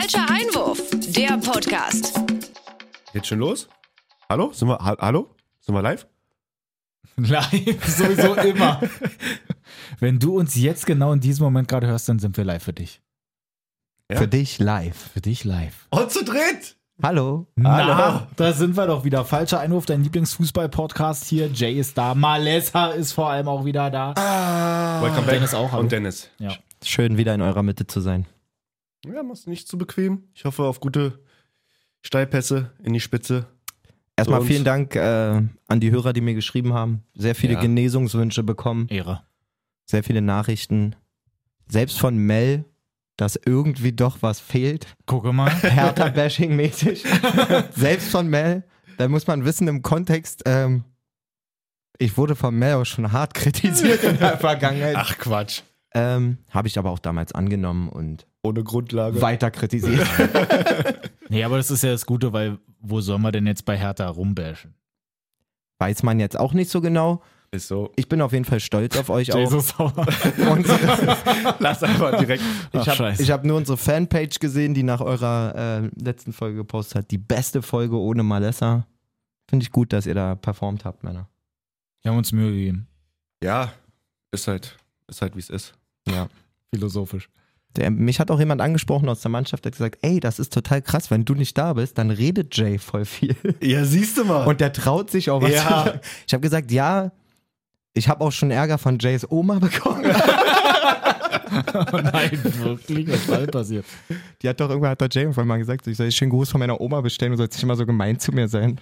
Falscher Einwurf, der Podcast. Geht schon los? Hallo? Hallo? Sind wir live? Live, sowieso immer. Wenn du uns jetzt genau in diesem Moment gerade hörst, dann sind wir live für dich. Ja? Für dich live. Für dich live. Und zu dritt! Hallo. Na, da sind wir doch wieder. Falscher Einwurf, dein Lieblingsfußball-Podcast hier. Jay ist da, Malessa ist vor allem auch wieder da. Welcome back. Dennis auch. Hallo. Und Dennis. Ja. Schön, wieder in eurer Mitte zu sein. Ja, mach's nicht zu bequem. Ich hoffe auf gute Steilpässe in die Spitze. Erstmal Und- vielen Dank an die Hörer, die mir geschrieben haben. Sehr viele Ja. Genesungswünsche bekommen. Ehre. Sehr viele Nachrichten. Selbst von Mel, dass irgendwie doch was fehlt. Gucke mal. Hertha-Bashing-mäßig. Selbst von Mel. Da muss man wissen im Kontext, ich wurde von Mel auch schon hart kritisiert in der Vergangenheit. Ach Quatsch. Habe ich aber auch damals angenommen und Ohne Grundlage. weiter kritisiert. Nee, aber das ist ja das Gute, weil wo soll man denn jetzt bei Hertha rumbashen? Weiß man jetzt auch nicht so genau. Ist so. Ich bin auf jeden Fall stolz auf euch Jay auch. so sauer. Lass einfach direkt. Scheiße. Ich hab nur unsere Fanpage gesehen, die nach eurer letzten Folge gepostet hat. Die beste Folge ohne Malessa. Finde ich gut, dass ihr da performt habt, Männer. Wir haben uns Mühe gegeben. Ja, ist halt wie es ist. Ja. Philosophisch. Mich hat auch jemand angesprochen aus der Mannschaft, der hat gesagt, ey, das ist total krass, wenn du nicht da bist, dann redet Jay voll viel. Ja, siehst du mal. Und der traut sich auch was Ja. zu sagen. Ich habe gesagt, ja, ich habe auch schon Ärger von Jays Oma bekommen. Oh nein, wirklich? Was ist da passiert? Die hat doch irgendwann, hat doch Jay irgendwann mal gesagt, ich soll einen schönen Gruß von meiner Oma bestellen, du sollst nicht immer so gemein zu mir sein.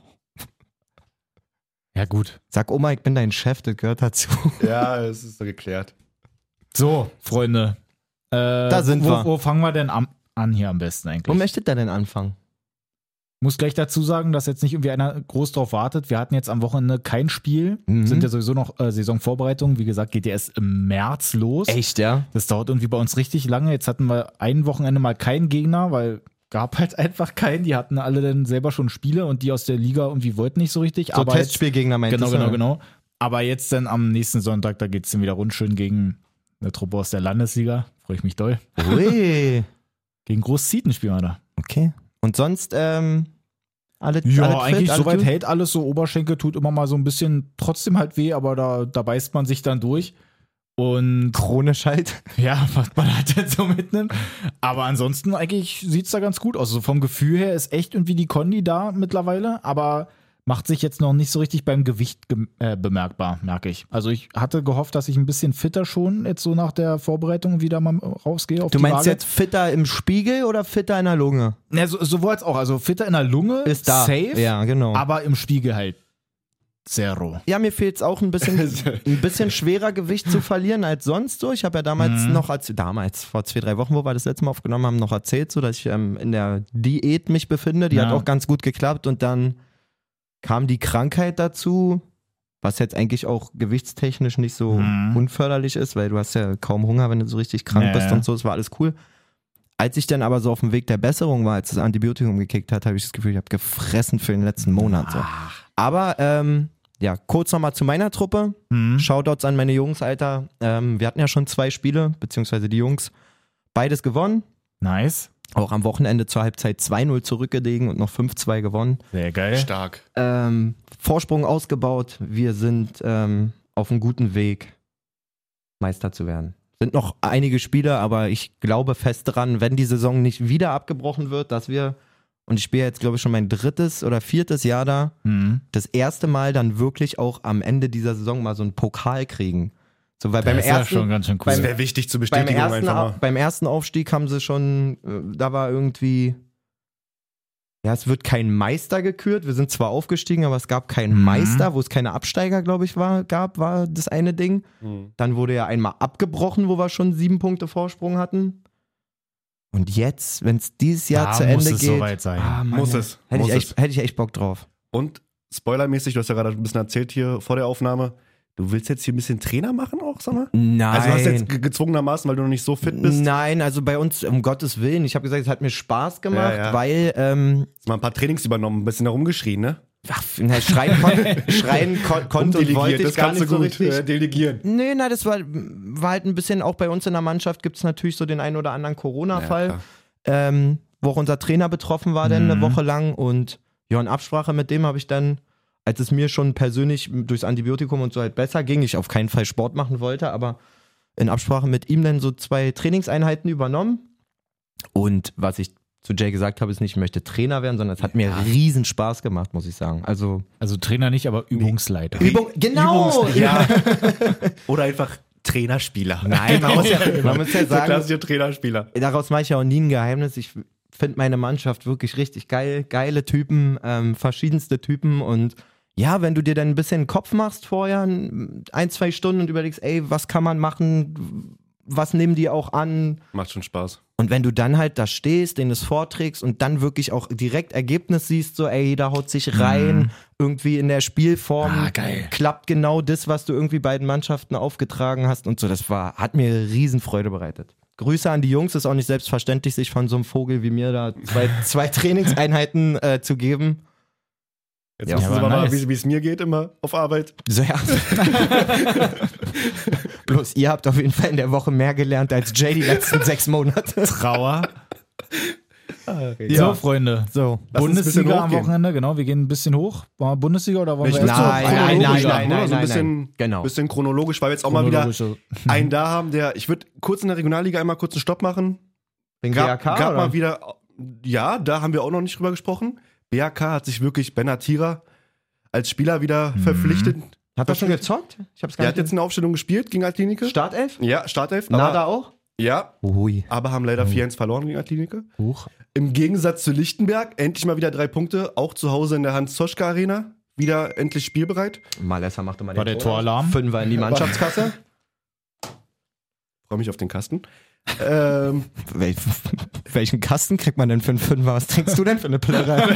Ja gut. Sag Oma, ich bin dein Chef, das gehört dazu. Ja, es ist so geklärt. So, Freunde. Da sind wir. Wo fangen wir denn an hier am besten eigentlich? Wo möchtet ihr denn anfangen? Muss gleich dazu sagen, dass jetzt nicht irgendwie einer groß drauf wartet. Wir hatten jetzt am Wochenende kein Spiel. Sind ja sowieso noch Saisonvorbereitungen. Wie gesagt, geht ja erst im März los. Echt, ja? Das dauert irgendwie bei uns richtig lange. Jetzt hatten wir ein Wochenende mal keinen Gegner, weil gab halt einfach keinen. Die hatten alle dann selber schon Spiele und die aus der Liga irgendwie wollten nicht so richtig. So Aber jetzt, Testspielgegner meintest genau. Aber jetzt dann am nächsten Sonntag, da geht es dann wieder rund schön gegen eine Truppe aus der Landesliga. Freue ich mich doll. Ui. Gegen Groß-Zieten spielen wir da. Okay. Und sonst, alle Ja, fit, eigentlich alle soweit gut? hält alles so. Oberschenkel tut immer mal so ein bisschen trotzdem halt weh, aber da beißt man sich dann durch. Und Chronisch halt. ja, was man halt jetzt so mitnimmt. Aber ansonsten eigentlich sieht es da ganz gut aus. Also vom Gefühl her ist echt irgendwie die Kondi da mittlerweile, aber macht sich jetzt noch nicht so richtig beim Gewicht bemerkbar, merke ich. Also ich hatte gehofft, dass ich ein bisschen fitter schon jetzt so nach der Vorbereitung wieder mal rausgehe auf Du die meinst Waage. jetzt fitter im Spiegel oder fitter in der Lunge? Ja, sowohl als auch. Also fitter in der Lunge, Ist da. safe, Ja, genau. aber im Spiegel halt zero. Ja, mir fehlt es auch ein bisschen schwerer Gewicht zu verlieren als sonst so. Ich habe ja damals vor 2-3 Wochen, wo wir das letzte Mal aufgenommen haben, noch erzählt, so dass ich in der Diät mich befinde. Die Ja. hat auch ganz gut geklappt und dann kam die Krankheit dazu, was jetzt eigentlich auch gewichtstechnisch nicht so unförderlich ist, weil du hast ja kaum Hunger, wenn du so richtig krank Ja, bist ja. und so, es war alles cool. Als ich dann aber so auf dem Weg der Besserung war, als das Antibiotikum gekickt hat, habe ich das Gefühl, ich habe gefressen für den letzten Monat. So. Aber ja, kurz nochmal zu meiner Truppe. Shoutouts an meine Jungs, Alter. Wir hatten ja schon 2 Spiele, beziehungsweise die Jungs, beides gewonnen. Nice. Auch am Wochenende zur Halbzeit 2-0 zurückgelegen und noch 5-2 gewonnen. Sehr geil. Stark. Vorsprung ausgebaut. Wir sind auf einem guten Weg, Meister zu werden. Sind noch einige Spiele, aber ich glaube fest dran, wenn die Saison nicht wieder abgebrochen wird, dass wir, und ich spiele jetzt, glaube ich, schon mein 3. oder 4. Jahr da, das erste Mal dann wirklich auch am Ende dieser Saison mal so einen Pokal kriegen. So, weil Das ist ja schon ganz schön cool. Das wäre wichtig zur Bestätigung einfach mal. beim ersten Aufstieg haben sie schon, da war irgendwie, ja, es wird kein Meister gekürt. Wir sind zwar aufgestiegen, aber es gab keinen Meister, wo es keine Absteiger, glaube ich, war das eine Ding. Dann wurde ja einmal abgebrochen, wo wir schon 7 Punkte Vorsprung hatten. Und jetzt, wenn es dieses Jahr zu muss Ende es geht, soweit sein. Mann, Muss es. hätte Muss ich echt Bock drauf. Und spoilermäßig, du hast ja gerade ein bisschen erzählt hier vor der Aufnahme, du willst jetzt hier ein bisschen Trainer machen auch, sag mal? Nein. Also du hast jetzt gezwungenermaßen, weil du noch nicht so fit bist, Nein, also bei uns, um Gottes Willen, ich habe gesagt, es hat mir Spaß gemacht, Ja, ja. weil mal ein paar Trainings übernommen, ein bisschen herumgeschrien, ne? schreien konnte und wollte ich das gar kannst nicht du so gut richtig. delegieren. Nee, das war halt ein bisschen, auch bei uns in der Mannschaft gibt es natürlich so den einen oder anderen Corona-Fall. Ja, wo auch unser Trainer betroffen war, dann eine Woche lang. Und ja, in Absprache mit dem habe ich dann, als es mir schon persönlich durchs Antibiotikum und so halt besser ging, ich auf keinen Fall Sport machen wollte, aber in Absprache mit ihm dann so 2 Trainingseinheiten übernommen. Und was ich zu Jay gesagt habe, ist nicht, ich möchte Trainer werden, sondern es hat mir riesen Spaß gemacht, muss ich sagen. Also Trainer nicht, aber Übungsleiter. Genau! Ja. Oder einfach Trainerspieler. Nein, man muss ja Der sagen, klassische Trainerspieler. daraus mache ich ja auch nie ein Geheimnis. Ich finde meine Mannschaft wirklich richtig geil. Geile Typen, verschiedenste Typen. Und ja, wenn du dir dann ein bisschen den Kopf machst vorher, 1-2 Stunden und überlegst, ey, was kann man machen, was nehmen die auch an? Macht schon Spaß. Und wenn du dann halt da stehst, denen das vorträgst und dann wirklich auch direkt Ergebnis siehst, so ey, da haut sich rein, irgendwie in der Spielform klappt genau das, was du irgendwie beiden Mannschaften aufgetragen hast und so, hat mir Riesenfreude bereitet. Grüße an die Jungs, ist auch nicht selbstverständlich, sich von so einem Vogel wie mir da zwei Trainingseinheiten zu geben. Jetzt Ja, wissen Sie aber mal, nice. wie es mir geht immer auf Arbeit. So, ja. Bloß ihr habt auf jeden Fall in der Woche mehr gelernt als Jay die letzten 6 Monate. Trauer. Ja. So, Freunde. So. Lass uns ein bisschen Bundesliga am hochgehen. Wochenende, genau. Wir gehen ein bisschen hoch. Wollen wir Bundesliga oder wollen wir Nicht erst so so chronologisch nein, machen, oder? So ein nein, bisschen, nein. Genau. bisschen chronologisch, weil wir jetzt auch mal wieder chronologische- einen da haben, ich würde kurz in der Regionalliga einmal kurz einen Stopp machen. Wegen Gab BHK, oder? mal wieder, ja, da haben wir auch noch nicht drüber gesprochen. BHK hat sich wirklich Benatira als Spieler wieder verpflichtet. Hat er schon gezockt? Ich hab's gar Der hat jetzt eine Aufstellung gespielt gegen Altlinike. Startelf? Ja, Startelf. Nada auch? Ja, Ui. aber haben leider 4-1 verloren gegen Altlinike. Huch. Im Gegensatz zu Lichtenberg, endlich mal wieder 3 Punkte, auch zu Hause in der Hans-Zoschka-Arena. Wieder endlich spielbereit. Malessa machte mal War den der Tor. Toralarm? 5er in die Mannschaftskasse. Freue mich auf den Kasten. Welchen Kasten kriegt man denn für einen 5er? Was trinkst du denn für eine Plörre?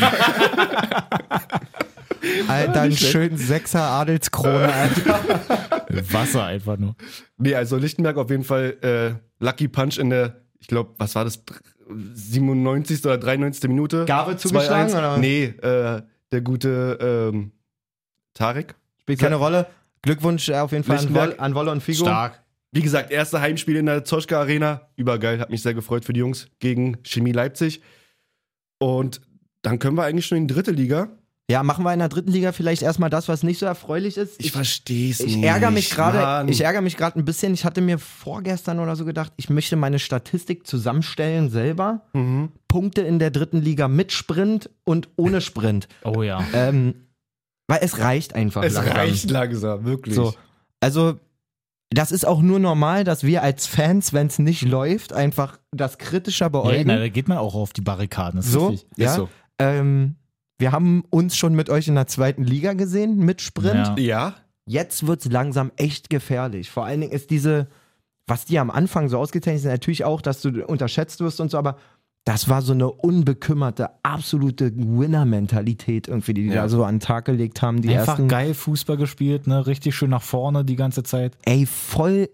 Alter, einen schönen 6er Adelskrone, Alter. Wasser einfach nur. Nee, also Lichtenberg auf jeden Fall Lucky Punch in der, ich glaube, was war das, 97. oder 93. Minute. Gabe zugeschlagen, 2-1. oder? Nee, der gute Tarek. Spielt keine Rolle. Glückwunsch auf jeden Fall Lichtenberg. an Wolle und Figo. Stark. Wie gesagt, erste Heimspiel in der Zoschka Arena. Übergeil, hat mich sehr gefreut für die Jungs gegen Chemie Leipzig. Und dann können wir eigentlich schon in die 3. Liga. Ja, machen wir in der 3. Liga vielleicht erstmal das, was nicht so erfreulich ist. Ich verstehe es nicht. Ich ärgere mich gerade Mann. ein bisschen. Ich hatte mir vorgestern oder so gedacht, ich möchte meine Statistik zusammenstellen selber. Mhm. Punkte in der 3. Liga mit Sprint und ohne Sprint. Oh ja. Weil es reicht einfach. Es langsam. reicht langsam, wirklich. So. Also, das ist auch nur normal, dass wir als Fans, wenn es nicht läuft, einfach das kritischer Ja, beäugen. na, da geht man auch auf die Barrikaden. Das ist So, richtig. ja. Ist so. Wir haben uns schon mit euch in der 2. Liga gesehen, mit Sprint. Ja. Ja, Jetzt wird's langsam echt gefährlich. Vor allen Dingen ist was die am Anfang so ausgezeichnet sind, natürlich auch, dass du unterschätzt wirst und so, aber das war so eine unbekümmerte, absolute Winner-Mentalität irgendwie, die Ja. da so an den Tag gelegt haben. Die Einfach ersten, geil Fußball gespielt, ne? Richtig schön nach vorne die ganze Zeit. ey, voll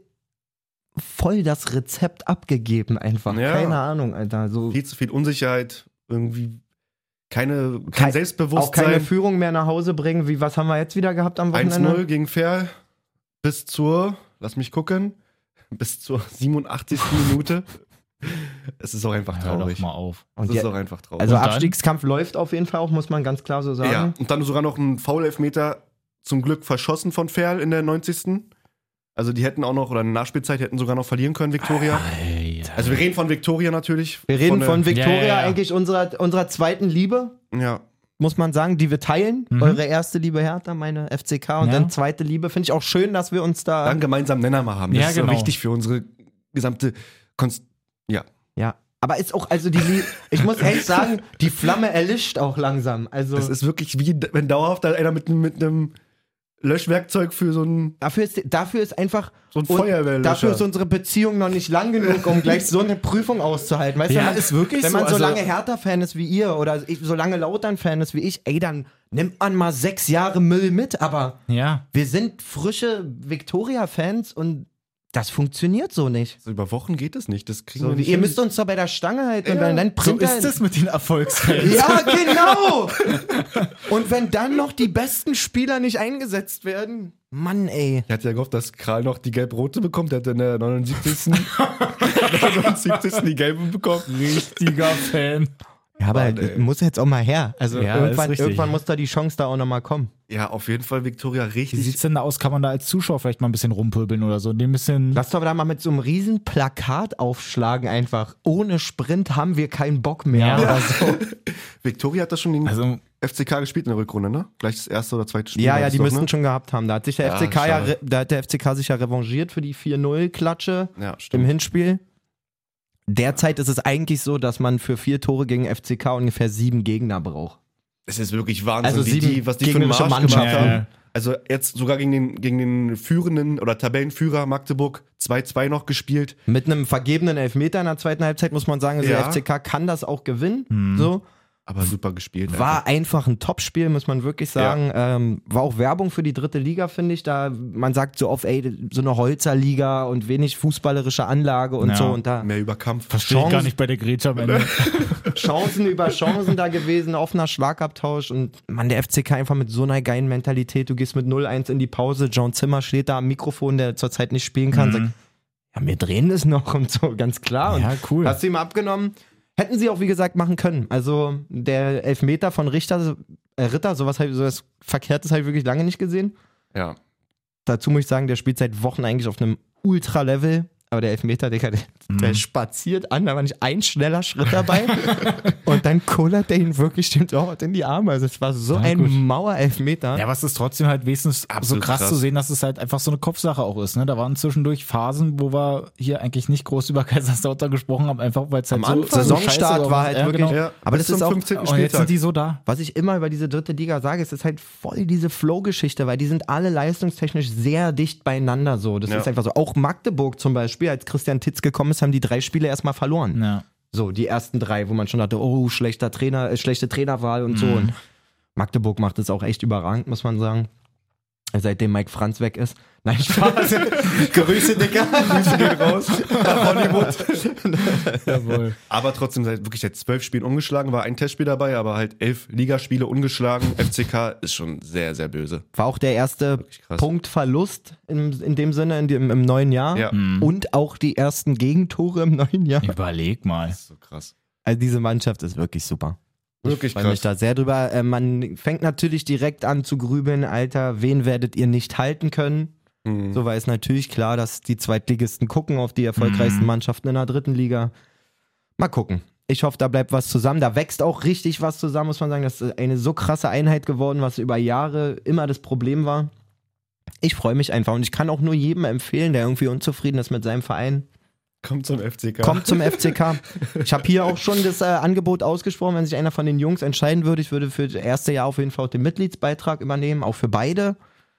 das Rezept abgegeben einfach. Ja. Keine Ahnung, Alter. So viel zu viel Unsicherheit, irgendwie kein Kein- Selbstbewusstsein. auch keine Führung mehr nach Hause bringen. Was haben wir jetzt wieder gehabt am Wochenende? 1-0 gegen Ferl bis zur, lass mich gucken, bis zur 87. Minute. Es ist auch einfach Hör doch traurig. mal auf. Es Und ist ja, auch einfach traurig. also Und dann? Abstiegskampf läuft auf jeden Fall auch, muss man ganz klar so sagen. ja, und dann sogar noch ein Foul-Elfmeter zum Glück verschossen von Ferl in der 90. Also die hätten auch noch, oder eine Nachspielzeit hätten sogar noch verlieren können, Viktoria. Alter. Also wir reden von Viktoria natürlich. Wir reden von der- Viktoria, Ja. eigentlich unserer zweiten Liebe, Ja, muss man sagen, die wir teilen. Mhm. Eure erste Liebe Hertha, meine FCK und Ja. dann zweite Liebe. Finde ich auch schön, dass wir uns da... dann gemeinsam Nenner mal haben. Das Ja, ist so genau. wichtig für unsere gesamte Ja. Ja, aber ist auch, also ich muss echt sagen, die Flamme erlischt auch langsam. Also Das ist wirklich wie, wenn dauerhaft da einer mit einem Löschwerkzeug für so ein dafür ist einfach... So ein und Feuerwehrlöscher. Dafür ist unsere Beziehung noch nicht lang genug, um gleich so eine Prüfung auszuhalten. Weißt du, Ja, wenn man, ist wirklich wenn so, man so also- lange Hertha-Fan ist wie ihr oder so lange Lautern-Fan ist wie ich, ey, dann nimmt man mal 6 Jahre Müll mit, aber Ja. wir sind frische Viktoria-Fans und das funktioniert so nicht. So über Wochen geht es nicht. Das kriegen wir So, nicht ihr hin. müsst uns doch bei der Stange halten und Ja, dann So Printer. ist es mit den Erfolgsfans. Ja, genau! Und wenn dann noch die besten Spieler nicht eingesetzt werden, Mann, ey. Ich hatte ja gehofft, dass Kral noch die gelb-rote bekommt. Der hat in der 79. 79. die gelbe bekommen. Richtiger Fan. Ja, aber Mann, ey. muss jetzt auch mal her. Also Ja, ist richtig. irgendwann muss da die Chance da auch nochmal kommen. Ja, auf jeden Fall Viktoria Wie richtig. sieht's denn da aus? Kann man da als Zuschauer vielleicht mal ein bisschen rumpöbeln oder so? Ein bisschen. Lass doch da mal mit so einem riesen Plakat aufschlagen einfach. Ohne Sprint haben wir keinen Bock mehr Ja. oder so. Viktoria hat das schon gegen Also, FCK gespielt in der Rückrunde, ne? Gleich das erste oder zweite Spiel. Ja, war ja, das die doch, müssten ne? schon gehabt haben. Da hat sich der Ja, FCK schade. da hat der FCK sich ja revanchiert für die 4-0-Klatsche Ja, im stimmt. Hinspiel. Derzeit ist es eigentlich so, dass man für 4 Tore gegen FCK ungefähr 7 Gegner braucht. Es ist wirklich Wahnsinn, Also wie 7 was die für einen gegnerische Marsch gemacht Mannschaften. haben. Ja. Also jetzt sogar gegen den führenden oder Tabellenführer Magdeburg 2-2 noch gespielt. Mit einem vergebenen Elfmeter in der zweiten Halbzeit muss man sagen, also Ja. der FCK kann das auch gewinnen. Mhm. So. Aber super gespielt. War einfach ein Topspiel, muss man wirklich sagen. War auch Werbung für die dritte Liga, finde ich. Da man sagt so oft, ey, so eine Holzerliga und wenig fußballerische Anlage und Ja. so. Und da Mehr über Kampf. verstehe ich Chance- gar nicht bei der Grätsche am Ende. Chancen über Chancen da gewesen, offener Schlagabtausch. Und man, der FCK einfach mit so einer geilen Mentalität. Du gehst mit 0-1 in die Pause. John Zimmer steht da am Mikrofon, der zurzeit nicht spielen kann. Sagt, ja, wir drehen das noch und so, ganz klar. Und Ja, cool. hast du ihm abgenommen. Hätten sie auch, wie gesagt, machen können. Also der Elfmeter von Ritter, sowas Verkehrtes habe ich wirklich lange nicht gesehen. Ja. Dazu muss ich sagen, der spielt seit Wochen eigentlich auf einem Ultra-Level. Aber der Elfmeter, Digga, der spaziert an, da war nicht ein schneller Schritt dabei. Und dann kullert der ihn wirklich dem Torwart in die Arme. Also es war so Ja, ein gut. Mauer-Elfmeter. Ja, aber es ist trotzdem halt wenigstens so Absolut krass, krass. zu sehen, dass es halt einfach so eine Kopfsache auch ist. Ne? Da waren zwischendurch Phasen, wo wir hier eigentlich nicht groß über Kaiserslautern gesprochen haben, einfach weil es halt Am Anfang, so Saisonstart scheiße war halt ja, wirklich- Genau. Ja, Aber bis das ist zum auch- 15. Und jetzt Spieltag. sind die so da. Was ich immer über diese dritte Liga sage, ist halt voll diese Flow-Geschichte, weil die sind alle leistungstechnisch sehr dicht beieinander so. Das Ja. ist einfach so. Auch Magdeburg zum Beispiel, als Christian Titz gekommen ist, haben die 3 Spiele erstmal verloren. Ja. So, die ersten 3, wo man schon dachte, oh, schlechte Trainerwahl und so. Und Magdeburg macht es auch echt überragend, muss man sagen. Seitdem Mike Franz weg ist. Nein, Spaß. Grüße, Digga. Grüße gehen raus. Hollywood. Jawohl. Aber trotzdem wirklich seit 12 Spielen ungeschlagen, war ein Testspiel dabei, aber halt 11 Ligaspiele ungeschlagen. FCK ist schon sehr, sehr böse. War auch der erste Wirklich krass. Punktverlust in dem Sinne im neuen Jahr. Ja. Und auch die ersten Gegentore im neuen Jahr. Überleg mal. Das ist so krass. Also diese Mannschaft ist wirklich super. Wirklich Ich freue mich krass. da sehr drüber. Man fängt natürlich direkt an zu grübeln, Alter, wen werdet ihr nicht halten können? Mhm. So, weil es natürlich klar, dass die Zweitligisten gucken auf die erfolgreichsten Mannschaften in der dritten Liga. Mal gucken. Ich hoffe, da bleibt was zusammen. Da wächst auch richtig was zusammen, muss man sagen. Das ist eine so krasse Einheit geworden, was über Jahre immer das Problem war. Ich freue mich einfach und ich kann auch nur jedem empfehlen, der irgendwie unzufrieden ist mit seinem Verein, Kommt zum FCK. kommt zum FCK. Ich habe hier auch schon das Angebot ausgesprochen, wenn sich einer von den Jungs entscheiden würde. Ich würde für das erste Jahr auf jeden Fall auch den Mitgliedsbeitrag übernehmen, auch für beide.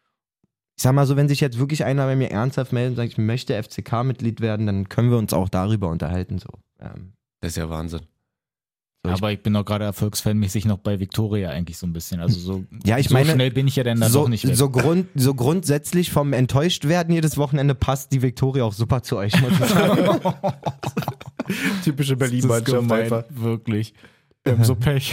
Ich sag mal so, wenn sich jetzt wirklich einer bei mir ernsthaft meldet und sagt, ich möchte FCK-Mitglied werden, dann können wir uns auch darüber unterhalten. So. Das ist ja Wahnsinn. Aber ich bin doch gerade erfolgsfanmäßig noch bei Victoria eigentlich so ein bisschen. Also so, Ja, ich so meine, schnell bin ich ja dann So, doch nicht weg. so grundsätzlich vom Enttäuschtwerden jedes Wochenende passt die Viktoria auch super zu euch, muss ich sagen. Typische Das ist Berlin-Mannschaft gemein, einfach. wirklich. Wir haben so Pech.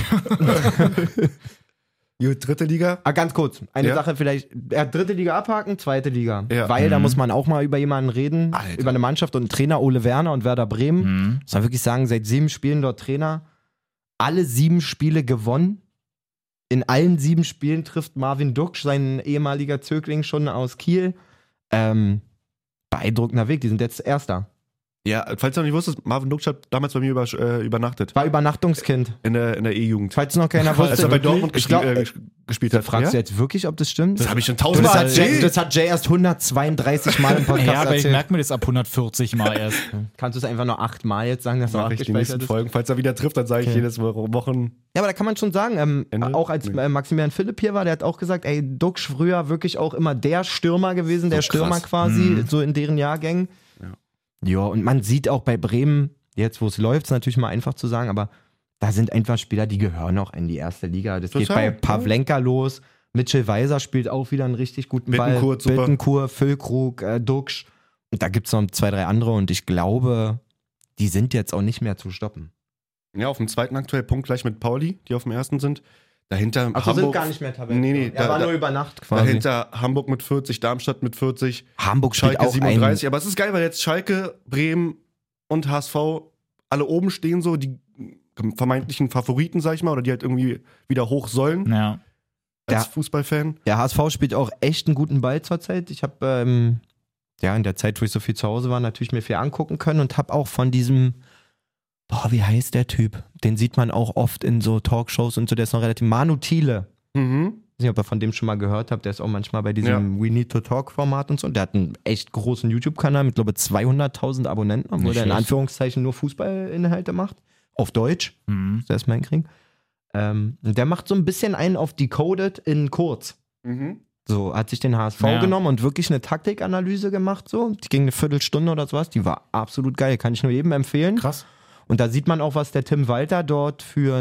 Gut, dritte Liga. Ganz kurz, eine Ja. Sache vielleicht, dritte Liga abhaken, zweite Liga. Ja. Weil da muss man auch mal über jemanden reden, Alter. über eine Mannschaft und einen Trainer, Ole Werner und Werder Bremen. Muss man wirklich sagen, seit 7 Spielen dort Trainer, alle 7 Spiele gewonnen. In allen 7 Spielen trifft Marvin Duksch, sein ehemaliger Zögling, schon aus Kiel. Beeindruckender Weg, die sind jetzt Erster. Ja, falls du noch nicht wusstest, Marvin Duksch hat damals bei mir übernachtet. War Übernachtungskind. In der E-Jugend. Falls noch keiner wusste. Als er bei Dortmund ich glaub, gespielt hat. fragst du Ja? jetzt wirklich, ob das stimmt? Das habe ich schon das, tausendmal hat Jay, erzählt. das hat Jay erst 132 Mal im Podcast Ja, aber ich erzählt. merke mir das ab 140 Mal erst. Kannst du es einfach nur 8 Mal jetzt sagen, dass du Mach ich die abgespeichert nächsten ist? Folgen. Falls er wieder trifft, dann sage ich Okay. jedes Wochen. Ja, aber da kann man schon sagen, Ende? auch als Maximilian Philipp hier war, der hat auch gesagt, ey, Duksch früher wirklich auch immer der Stürmer gewesen, der krass. Stürmer quasi, so in deren Jahrgängen. Ja, und man sieht auch bei Bremen, jetzt wo es läuft, ist natürlich mal einfach zu sagen, aber da sind einfach Spieler, die gehören auch in die erste Liga. Das geht Total, bei Pavlenka los. Mitchell Weiser spielt auch wieder einen richtig guten Bittencourt, Ball. super. Bittencourt, Füllkrug, Duksch. Und da gibt es noch 2, 3 andere und ich glaube, die sind jetzt auch nicht mehr zu stoppen. Ja, auf dem zweiten aktuell Punkt gleich mit Pauli, die auf dem ersten sind. Dahinter Ach, Hamburg. sind gar nicht mehr Tabellen. Nee, Er war nur über Nacht quasi. Dahinter Hamburg mit 40, Darmstadt mit 40, Hamburg spielt Schalke auch 37. Aber es ist geil, weil jetzt Schalke, Bremen und HSV alle oben stehen, so die vermeintlichen Favoriten, sag ich mal, oder die halt irgendwie wieder hoch sollen Ja. als Fußballfan. Der HSV spielt auch echt einen guten Ball zurzeit. Ich habe in der Zeit, wo ich so viel zu Hause war, natürlich mir viel angucken können und habe auch von diesem, wie heißt der Typ? Den sieht man auch oft in so Talkshows und so, der ist noch relativ, Manu Thiele. Mhm. Ich weiß nicht, ob ihr von dem schon mal gehört habt, der ist auch manchmal bei diesem We Need to Talk Format und so. Und der hat einen echt großen YouTube-Kanal mit, glaube ich, 200.000 Abonnenten, obwohl Nicht der in schlecht. Anführungszeichen nur Fußballinhalte macht. Auf Deutsch. Mhm. Das erstmal hinkriegen. Und der macht so ein bisschen einen auf Decoded in kurz. Mhm. So, hat sich den HSV Ja. genommen und wirklich eine Taktikanalyse gemacht, so. Die ging eine Viertelstunde oder sowas, die war absolut geil, kann ich nur jedem empfehlen. Krass. Und da sieht man auch, was der Tim Walter dort für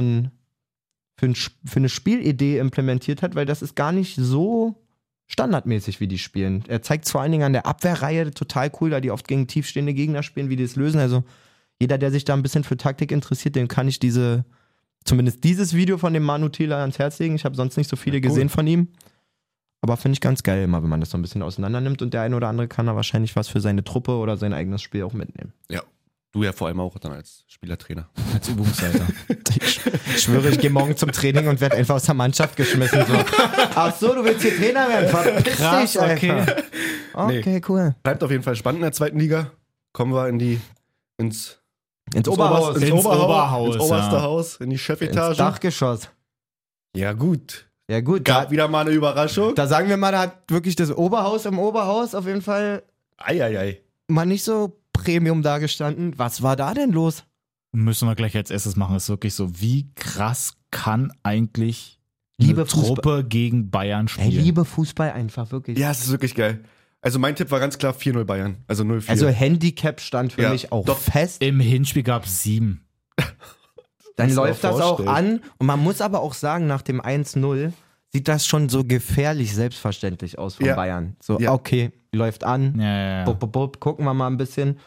eine Spielidee implementiert hat, weil das ist gar nicht so standardmäßig, wie die spielen. Er zeigt vor allen Dingen an der Abwehrreihe total cool, da die oft gegen tiefstehende Gegner spielen, wie die es lösen. Also jeder, der sich da ein bisschen für Taktik interessiert, dem kann ich zumindest dieses Video von dem Manu Thiele ans Herz legen. Ich habe sonst nicht so viele gesehen von ihm. Aber finde ich ganz geil immer, wenn man das so ein bisschen auseinander nimmt und der eine oder andere kann da wahrscheinlich was für seine Truppe oder sein eigenes Spiel auch mitnehmen. Ja. Du ja vor allem auch dann als Spielertrainer. Als Übungsleiter. Ich schwöre, ich gehe morgen zum Training und werde einfach aus der Mannschaft geschmissen. So. Ach so, du willst hier Trainer werden? Verpiss Krass, dich einfach. okay. Okay, cool. Bleibt auf jeden Fall spannend in der zweiten Liga. Kommen wir ins Oberhaus. ins Ins Oberhaus, ins oberste ja. Haus, in die Ins Chefetage. Dachgeschoss. Ja gut. Ja gut, Gab wieder mal eine Überraschung. da sagen wir mal, da hat wirklich das Oberhaus im Oberhaus auf jeden Fall Eieiei. mal nicht so Premium dagestanden. Was war da denn los? Müssen wir gleich als erstes machen. Ist wirklich so, wie krass kann eigentlich Liebe eine Truppe gegen Bayern Ey, spielen? liebe Fußball einfach, wirklich. Ja, es ist wirklich geil. Also mein Tipp war ganz klar 4-0 Bayern. Also 0-4. Also Handicap stand für Ja, mich auch doch. fest. Im Hinspiel gab es 7. Dann Kannst du läuft auch das auch vorstellen. an. Und man muss aber auch sagen, nach dem 1-0 sieht das schon so gefährlich selbstverständlich aus von Ja. Bayern. So, Ja. okay, läuft an. Ja. Bup, bup, bup, gucken wir mal ein bisschen.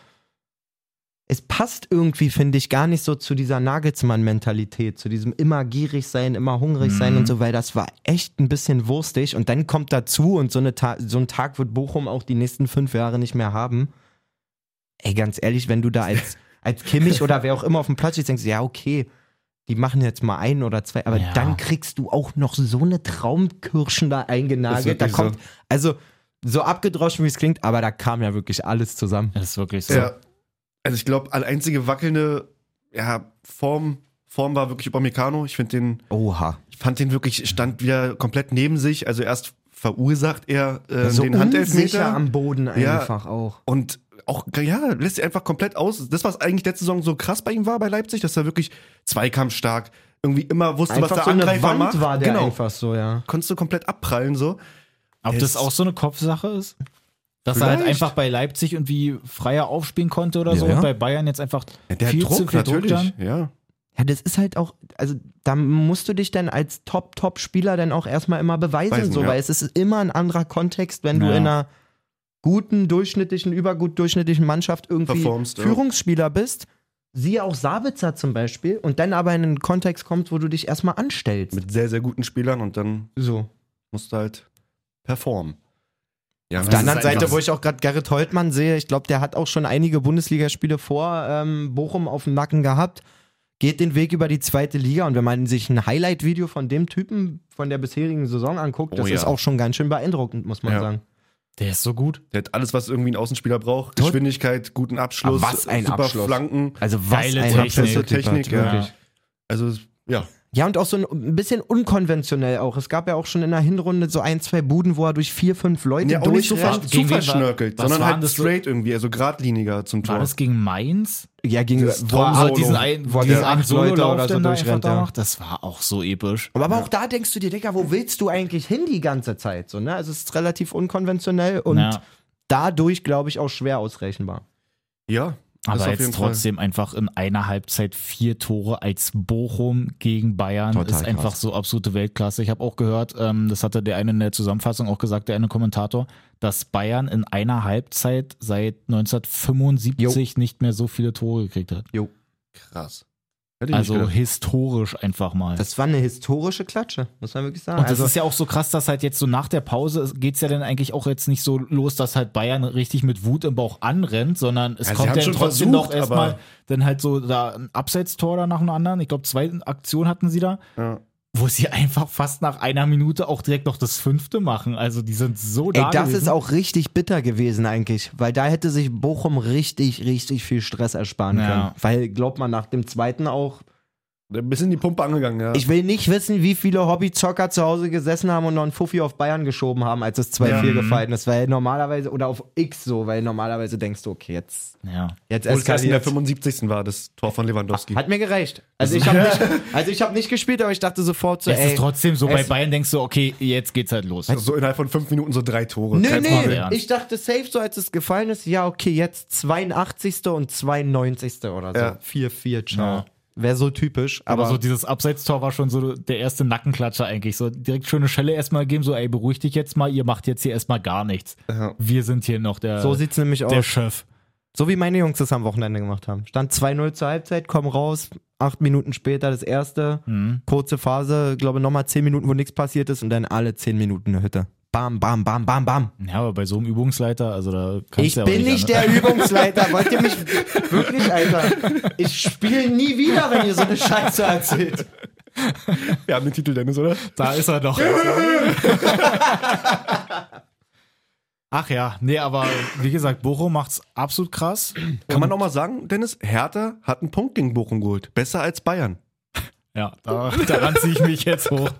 Es passt irgendwie, finde ich, gar nicht so zu dieser Nagelsmann-Mentalität, zu diesem immer gierig sein, immer hungrig sein und so, weil das war echt ein bisschen wurstig. Und dann kommt dazu und so ein Tag wird Bochum auch die nächsten 5 Jahre nicht mehr haben. Ey, ganz ehrlich, wenn du da als Kimmich oder wer auch immer auf dem Platz stehst, denkst du, ja, okay, die machen jetzt mal 1 oder 2, aber Ja. dann kriegst du auch noch so eine Traumkirschen da Ist eingenagelt. Da wirklich kommt, so. also so abgedroschen, wie es klingt, aber da kam ja wirklich alles zusammen. Das ist wirklich so. Ja. Also ich glaube, die einzige wackelnde Form war wirklich Upamecano. Ich fand den wirklich, stand wieder komplett neben sich. Also erst verursacht er So den unsicher Handelfmeter am Boden Ja. einfach auch. und auch, ja, lässt sich einfach komplett aus. Das, was eigentlich letzte Saison so krass bei ihm war bei Leipzig, dass er wirklich zweikampfstark irgendwie immer wusste, was Einfach der so eine Angreifer Wand macht. war der Genau. einfach so, ja. Konntest du komplett abprallen so. Ob Es- das auch so eine Kopfsache ist? Dass er halt Vielleicht. einfach bei Leipzig irgendwie freier aufspielen konnte oder so Ja. und bei Bayern jetzt einfach Der viel zu Druck viel Druck natürlich, dann? ja. Ja, das ist halt auch, also da musst du dich dann als Top-Spieler dann auch erstmal immer beweisen, so, ja. weil es ist immer ein anderer Kontext, wenn du Ja. in einer guten, durchschnittlichen, übergut durchschnittlichen Mannschaft irgendwie Performst, ja. Führungsspieler bist. Siehe auch Sabitzer zum Beispiel und dann aber in einen Kontext kommt, wo du dich erstmal anstellst. Mit sehr, sehr guten Spielern und dann So. musst du halt performen. Ja, Auf der ist anderen Seite, einfach- wo ich auch gerade Gerrit Holtmann sehe, ich glaube, der hat auch schon einige Bundesligaspiele vor Bochum auf dem Nacken gehabt, geht den Weg über die zweite Liga und wenn man sich ein Highlight-Video von dem Typen von der bisherigen Saison anguckt, das Oh ja. ist auch schon ganz schön beeindruckend, muss man Ja. sagen. Der ist so gut. Der hat alles, was irgendwie ein Außenspieler braucht. Tot- Geschwindigkeit, guten Abschluss, Aber was ein super Abschluss. Flanken. Also Geile ein Technik. Abschluss der Typ Technik, hat, ja. wirklich. Also, ja. Ja, und auch so ein bisschen unkonventionell auch. Es gab ja auch schon in der Hinrunde so 1, 2 Buden, wo er durch 4, 5 Leute Ja, auch nicht so durchrennt. Gegen wen war- verschnörkelt, was sondern war halt das so- straight irgendwie, also geradliniger zum War Tor. das gegen Mainz? Ja, gegen Das wo er Solo. diesen wo er einen gegen 8 Leute Sololauf oder so dann da einfach durchrennt. da Ja. macht? Das war auch so episch. Aber auch da denkst du dir, Digga, wo willst du eigentlich hin die ganze Zeit? So, ne? Also es ist relativ unkonventionell und Ja. dadurch, glaube ich, auch schwer ausrechenbar. Ja, das Aber auf jetzt jeden trotzdem einfach in einer Halbzeit 4 Tore als Bochum gegen Bayern Total ist einfach krass. so absolute Weltklasse. Ich habe auch gehört, das hatte der eine in der Zusammenfassung auch gesagt, der eine Kommentator, dass Bayern in einer Halbzeit seit 1975 nicht mehr so viele Tore gekriegt hat. Krass. Also historisch einfach mal. Das war eine historische Klatsche, muss man wirklich sagen. Und das ist ja auch so krass, dass halt jetzt so nach der Pause geht's ja dann eigentlich auch jetzt nicht so los, dass halt Bayern richtig mit Wut im Bauch anrennt, sondern es kommt ja trotzdem noch erstmal dann halt so da ein Abseitstor da nach dem anderen. Ich glaube, 2 Aktionen hatten sie da. Ja. Wo sie einfach fast nach einer Minute auch direkt noch das 5. machen. Also die sind so da das gewesen. Ist auch richtig bitter gewesen eigentlich, weil da hätte sich Bochum richtig, richtig viel Stress ersparen können. Weil, glaubt man, nach dem 2. auch ein bisschen die Pumpe angegangen, ja. Ich will nicht wissen, wie viele Hobbyzocker zu Hause gesessen haben und noch einen Fuffi auf Bayern geschoben haben, als es 2-4 gefallen ist. Weil normalerweise, oder auf X so, weil normalerweise denkst du, okay, jetzt eskaliert. In der 75. war das Tor von Lewandowski. Hat mir gereicht. Also ich habe nicht gespielt, aber ich dachte sofort so, es ist trotzdem so, bei Bayern denkst du, okay, jetzt geht's halt los. Also so innerhalb von 5 Minuten so 3 Tore. Nee, ich dachte safe so, als es gefallen ist, ja okay, jetzt 82. und 92. oder so. 4-4, ciao. Ja. Wäre so typisch. Aber so dieses Abseitstor war schon so der erste Nackenklatscher eigentlich. So direkt schöne Schelle erstmal geben, so ey, beruhig dich jetzt mal, ihr macht jetzt hier erstmal gar nichts. Ja. Wir sind hier noch so sieht's nämlich der Chef. So wie meine Jungs das am Wochenende gemacht haben. Stand 2-0 zur Halbzeit, kommen raus, 8 Minuten später das erste, kurze Phase, glaube nochmal 10 Minuten, wo nichts passiert ist und dann alle 10 Minuten eine Hütte. Bam, bam, bam, bam, bam. Ja, aber bei so einem Übungsleiter, also da kannst ich du ja auch bin nicht der Übungsleiter. Wollt ihr mich wirklich, Alter? Ich spiele nie wieder, wenn ihr so eine Scheiße erzählt. Wir haben den Titel, Dennis, oder? Da ist er doch. Ach ja, nee, aber wie gesagt, Bochum macht's absolut krass. Kann man auch mal sagen, Dennis, Hertha hat einen Punkt gegen Bochum geholt. Besser als Bayern. Ja, daran ziehe ich mich jetzt hoch.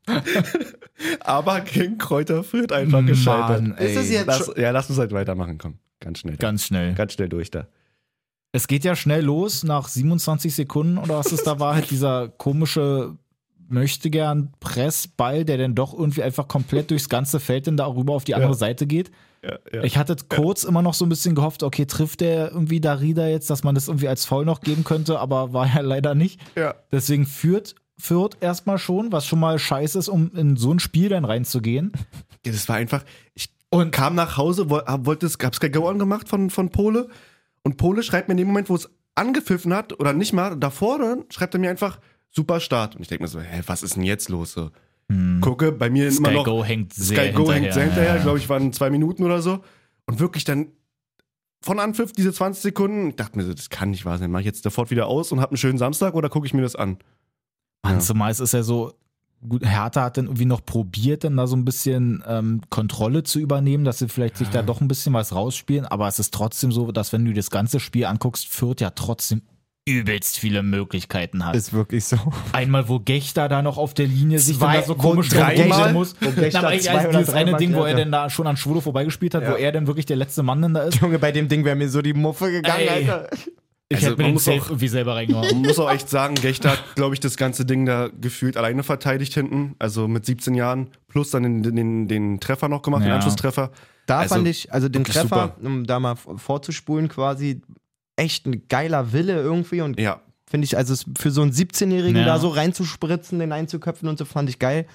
Aber gegen Kräuter Fürth einfach gescheitert. Ist das jetzt lass uns halt weitermachen, komm. Ganz schnell. Ganz schnell durch da. Es geht ja schnell los, nach 27 Sekunden oder was es da war, halt dieser komische Möchtegern-Pressball, der dann doch irgendwie einfach komplett durchs ganze Feld dann darüber auf die andere Seite geht. Ja. Ich hatte kurz immer noch so ein bisschen gehofft, okay, trifft der irgendwie Darida jetzt, dass man das irgendwie als Foul noch geben könnte, aber war ja leider nicht. Ja. Deswegen führt erstmal schon, was schon mal scheiße ist, um in so ein Spiel dann reinzugehen. Ja, das war einfach, und kam nach Hause, gab's kein Go-On gemacht von Pole und Pole schreibt mir in dem Moment, wo es angepfiffen hat oder nicht mal, davor dann schreibt er mir einfach super Start. Und ich denke mir so, was ist denn jetzt los so? Gucke, bei mir immer noch Sky Go hängt sehr hinterher. Glaube ich, waren 2 Minuten oder so. Und wirklich dann von Anpfiff diese 20 Sekunden, ich dachte mir so, das kann nicht wahr sein. Mach ich jetzt sofort wieder aus und hab einen schönen Samstag oder gucke ich mir das an? Zumal ist ja so, gut, Hertha hat dann irgendwie noch probiert, dann da so ein bisschen Kontrolle zu übernehmen, dass sie vielleicht sich da doch ein bisschen was rausspielen, aber es ist trotzdem so, dass wenn du das ganze Spiel anguckst, Fürth ja trotzdem übelst viele Möglichkeiten hat. Ist wirklich so. Einmal, wo Gechter da noch auf der Linie sich dann da so komisch dreimal muss. Das eine Ding, wo er dann da schon an Schwolo vorbeigespielt hat, wo er dann wirklich der letzte Mann dann da ist. Junge, bei dem Ding wäre mir so die Muffe gegangen, Alter. Ich hätte mir den Safe irgendwie selber reingehauen. Man muss auch echt sagen, Gechter hat, glaube ich, das ganze Ding da gefühlt alleine verteidigt hinten. Also mit 17 Jahren plus dann den Treffer noch gemacht, den Anschlusstreffer. Da fand ich, also den Treffer, um da mal vorzuspulen quasi, echt ein geiler Wille irgendwie und finde ich, also für so einen 17-Jährigen da so reinzuspritzen, den einzuköpfen und so, fand ich geil.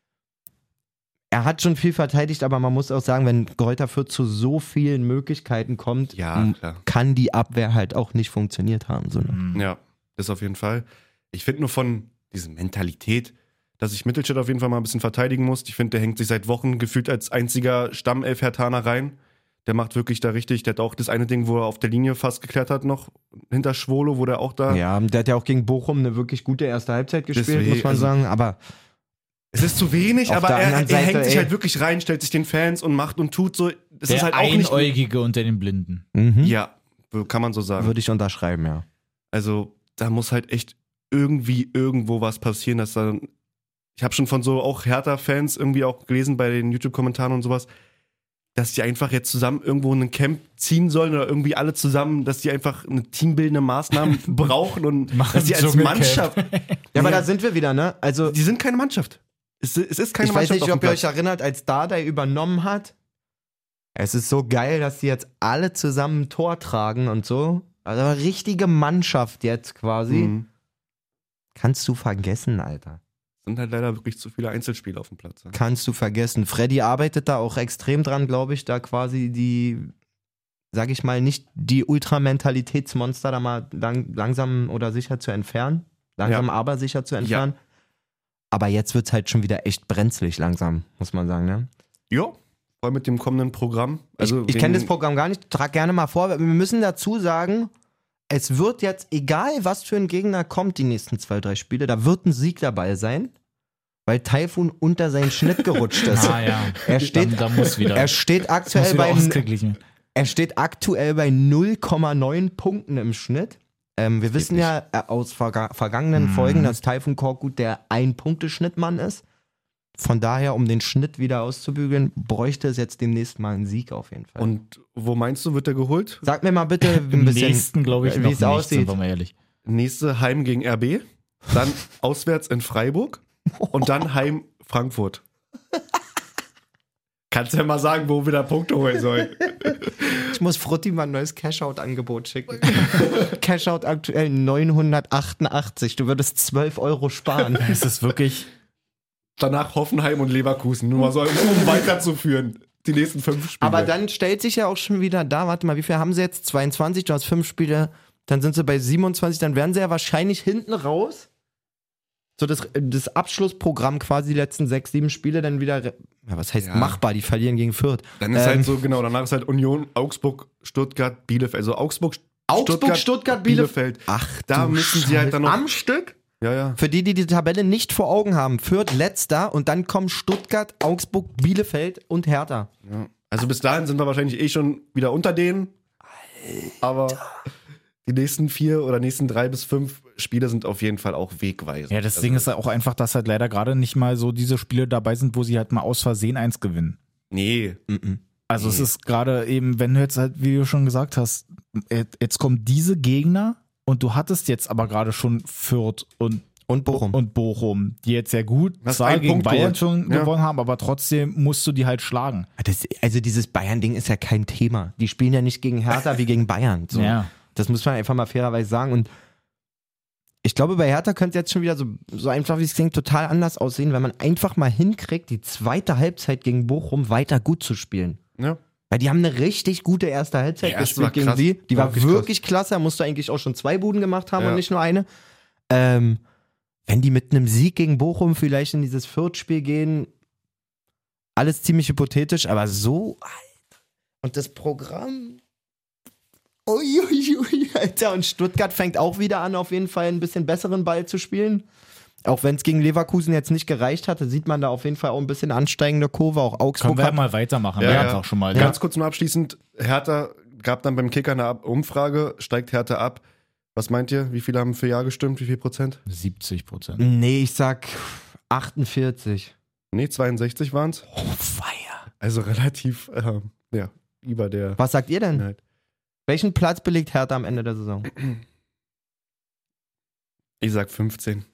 Er hat schon viel verteidigt, aber man muss auch sagen, wenn Greuther Fürth zu so vielen Möglichkeiten kommt, kann die Abwehr halt auch nicht funktioniert haben. So, ne? Ja, das auf jeden Fall. Ich finde nur von dieser Mentalität, dass ich Mittelstädt auf jeden Fall mal ein bisschen verteidigen muss. Ich finde, der hängt sich seit Wochen gefühlt als einziger Stammelf-Hertaner rein. Der macht wirklich da richtig, der hat auch das eine Ding, wo er auf der Linie fast geklärt hat noch, hinter Schwolo, wo der auch da... Ja, der hat ja auch gegen Bochum eine wirklich gute erste Halbzeit gespielt, muss man sagen, aber... Es ist zu wenig, aber er hängt sich halt wirklich rein, stellt sich den Fans und macht und tut so. Das der ist halt auch nicht... Einäugige unter den Blinden. Ja, kann man so sagen. Würde ich unterschreiben, ja. Also, da muss halt echt irgendwo was passieren, dass da... Ich habe schon von so auch Hertha-Fans irgendwie auch gelesen bei den YouTube-Kommentaren und sowas, dass die einfach jetzt zusammen irgendwo in ein Camp ziehen sollen oder irgendwie alle zusammen, dass die einfach eine teambildende Maßnahme brauchen und dass die als Mannschaft... Ja, aber da sind wir wieder, ne? Also die sind keine Mannschaft. Es ist keine Mannschaft. Ich weiß nicht, ob ihr euch erinnert, als Dardai übernommen hat. Es ist so geil, dass die jetzt alle zusammen ein Tor tragen und so. Also eine richtige Mannschaft jetzt quasi. Kannst du vergessen, Alter. Sind halt leider wirklich zu viele Einzelspieler auf dem Platz. Ja. Kannst du vergessen. Freddy arbeitet da auch extrem dran, glaube ich, da quasi die, sag ich mal, nicht die Ultramentalitätsmonster da mal langsam oder sicher zu entfernen. langsam aber sicher zu entfernen. Aber jetzt wird es halt schon wieder echt brenzlig langsam, muss man sagen, ne? Ja, voll mit dem kommenden Programm. Also ich kenne das Programm gar nicht, trag gerne mal vor. Wir müssen dazu sagen, es wird jetzt, egal was für ein Gegner kommt, die nächsten 2-3 Spiele, da wird ein Sieg dabei sein, weil Taifun unter seinen Schnitt gerutscht ist. Er steht, da muss wieder. Er steht aktuell bei 0,9 Punkten im Schnitt. Wir wissen ja aus vergangenen Folgen, dass Taifun Korkut der 1-Punkte-Schnittmann ist. Von daher, um den Schnitt wieder auszubügeln, bräuchte es jetzt demnächst mal einen Sieg auf jeden Fall. Und wo meinst du, wird er geholt? Sag mir mal bitte ein Im bisschen, nächsten, glaube ich, wie noch es nicht, aussieht. sind wir mal ehrlich. Nächste Heim gegen RB, dann auswärts in Freiburg und dann Heim Frankfurt. Kannst ja mal sagen, wo wir da Punkte holen sollen. Ich muss Frutti mal ein neues Cashout-Angebot schicken. Cashout aktuell 988. Du würdest 12 € sparen. Es ist wirklich. Danach Hoffenheim und Leverkusen, nur mal so, um weiterzuführen. Die nächsten 5 Spiele. Aber dann stellt sich ja auch schon wieder da, warte mal, wie viel haben sie jetzt? 22, du hast 5 Spiele, dann sind sie bei 27, dann werden sie ja wahrscheinlich hinten raus. So das Abschlussprogramm quasi, die letzten 6, 7 Spiele dann wieder, ja, was heißt machbar, die verlieren gegen Fürth. Dann ist halt so, genau, danach ist halt Union, Augsburg, Stuttgart, Bielefeld. Also Augsburg, Stuttgart, Bielefeld. Ach, da müssen sie halt dann noch am Stück? Ja. Für die Tabelle nicht vor Augen haben, Fürth letzter und dann kommen Stuttgart, Augsburg, Bielefeld und Hertha. Ja. Also bis dahin sind wir wahrscheinlich schon wieder unter denen. Aber die nächsten 4 oder nächsten 3 bis 5 Spiele sind auf jeden Fall auch wegweisend. Ja, das Ding ist ja auch einfach, dass halt leider gerade nicht mal so diese Spiele dabei sind, wo sie halt mal aus Versehen 1 gewinnen. Nee. Also es ist gerade eben, wenn du jetzt halt, wie du schon gesagt hast, jetzt kommen diese Gegner und du hattest jetzt aber gerade schon Fürth und Bochum, die jetzt sehr gut zwar gegen Bayern schon gewonnen haben, aber trotzdem musst du die halt schlagen. Also dieses Bayern-Ding ist ja kein Thema. Die spielen ja nicht gegen Hertha wie gegen Bayern. So. Ja. Das muss man einfach mal fairerweise sagen. Und ich glaube, bei Hertha könnte es jetzt schon wieder so einfach, wie es klingt, total anders aussehen, wenn man einfach mal hinkriegt, die zweite Halbzeit gegen Bochum weiter gut zu spielen. Ja. Weil die haben eine richtig gute erste Halbzeit gespielt gegen sie. Die war wirklich klasse. Da musst du eigentlich auch schon 2 Buden gemacht haben und nicht nur eine. Wenn die mit einem Sieg gegen Bochum vielleicht in dieses Fürth-Spiel gehen, alles ziemlich hypothetisch, aber so, Alter. Und das Programm. Uiuiui, Alter. Und Stuttgart fängt auch wieder an, auf jeden Fall ein bisschen besseren Ball zu spielen. Auch wenn es gegen Leverkusen jetzt nicht gereicht hatte, sieht man da auf jeden Fall auch ein bisschen ansteigende Kurve. Auch Augsburg. Können wir mal weitermachen. Einfach schon mal. Ganz kurz nur abschließend. Hertha gab dann beim Kicker eine Umfrage. Steigt Hertha ab? Was meint ihr? Wie viele haben für Ja gestimmt? Wie viel Prozent? 70%. Nee, ich sag 48. Nee, 62 waren es. Oh, feier. Also relativ, über der. Was sagt ihr denn? Inhalt. Welchen Platz belegt Hertha am Ende der Saison? Ich sag 15.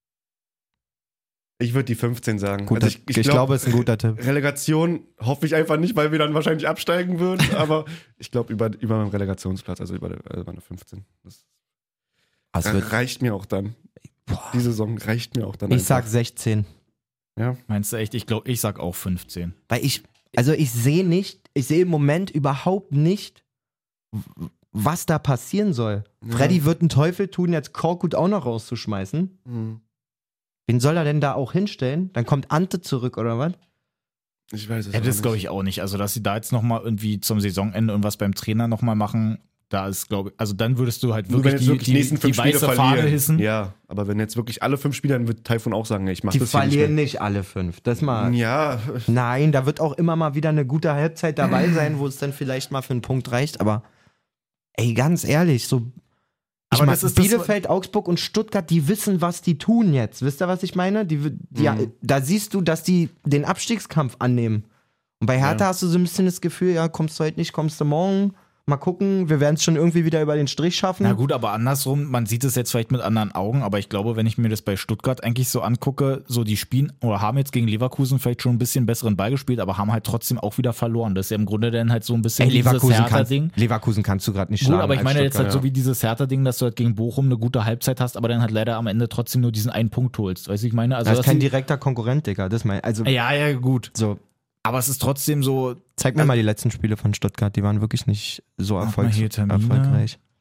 Ich würde die 15 sagen. Gut, also ich glaube, es ist ein guter Tipp. Relegation hoffe ich einfach nicht, weil wir dann wahrscheinlich absteigen würden. Aber ich glaube über einem Relegationsplatz, also über eine 15. Das reicht mir auch dann. Die Saison reicht mir auch dann. Ich sag 16. Ja. Meinst du echt? Ich glaube, ich sag auch 15. Weil ich sehe im Moment überhaupt nicht, was da passieren soll. Ja. Freddy wird einen Teufel tun, jetzt Korkut auch noch rauszuschmeißen. Wen soll er denn da auch hinstellen? Dann kommt Ante zurück, oder was? Ich weiß es Ja, das glaube ich auch nicht. Also, dass sie da jetzt nochmal irgendwie zum Saisonende irgendwas beim Trainer nochmal machen, da ist, glaube ich, also dann würdest du halt wirklich die nächsten 5 Spiele weiße Fahne hissen. Ja, aber wenn jetzt wirklich alle 5 Spiele, dann wird Taifun auch sagen, ich mach Die das hier verlieren nicht nicht alle 5. Das mal. mehr. Ja, Nein, da wird auch immer mal wieder eine gute Halbzeit dabei sein, wo es dann vielleicht mal für einen Punkt reicht, aber ey, ganz ehrlich, so. Aber Ich das ist Bielefeld, Augsburg und Stuttgart, die wissen, was die tun jetzt. Wisst ihr, was ich meine? Da siehst du, dass die den Abstiegskampf annehmen. Und bei Hertha hast du so ein bisschen das Gefühl, ja, kommst du heute nicht, kommst du morgen. Mal gucken, wir werden es schon irgendwie wieder über den Strich schaffen. Na gut, aber andersrum, man sieht es jetzt vielleicht mit anderen Augen, aber ich glaube, wenn ich mir das bei Stuttgart eigentlich so angucke, so die spielen oder haben jetzt gegen Leverkusen vielleicht schon ein bisschen besseren Ball gespielt, aber haben halt trotzdem auch wieder verloren. Das ist ja im Grunde dann halt so ein bisschen dieses Hertha-Ding. Leverkusen kannst du gerade nicht schlagen. Gut, aber ich meine jetzt halt so ja. wie dieses Hertha-Ding, dass du halt gegen Bochum eine gute Halbzeit hast, aber dann halt leider am Ende trotzdem nur diesen einen Punkt holst. Weißt du, ich meine? Also das ist kein direkter Konkurrent, Digga. Das mein, also ja, gut. so. Aber es ist trotzdem so. Zeig mir mal die letzten Spiele von Stuttgart, die waren wirklich nicht so Mach mal hier Termine. erfolgreich.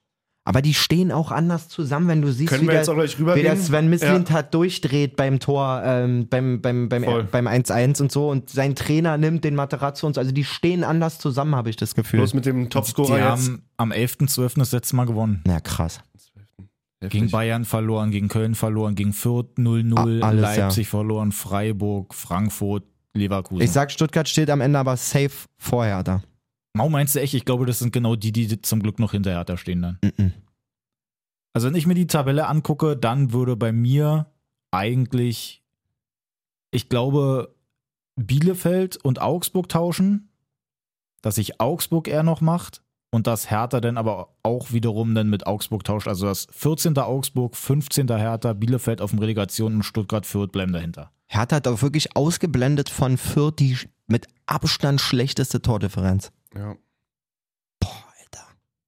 Aber die stehen auch anders zusammen, wenn du siehst, Können wir jetzt auch gleich wie rübergehen? der Sven Mislintat durchdreht beim Tor, beim 1-1 und so und sein Trainer nimmt den Materazzo und so. Also die stehen anders zusammen, habe ich das Gefühl. Bloß mit dem Die Topscorer jetzt. haben am 11.12. das letzte Mal gewonnen. Na krass. Gegen Bayern verloren, gegen Köln verloren, gegen Fürth 0-0, Alles, Leipzig verloren, Freiburg, Frankfurt, Leverkusen. Ich sag, Stuttgart steht am Ende aber safe vor Hertha. Mau, meinst du echt? Ich glaube, das sind genau die zum Glück noch hinter Hertha stehen dann. Also wenn ich mir die Tabelle angucke, dann würde bei mir eigentlich, ich glaube, Bielefeld und Augsburg tauschen, dass sich Augsburg eher noch macht und dass Hertha dann aber auch wiederum dann mit Augsburg tauscht. Also das 14. Augsburg, 15. Hertha, Bielefeld auf dem Relegation und Stuttgart, Fürth bleiben dahinter. Hertha hat auch wirklich ausgeblendet von Fürth die mit Abstand schlechteste Tordifferenz. Ja. Boah, Alter.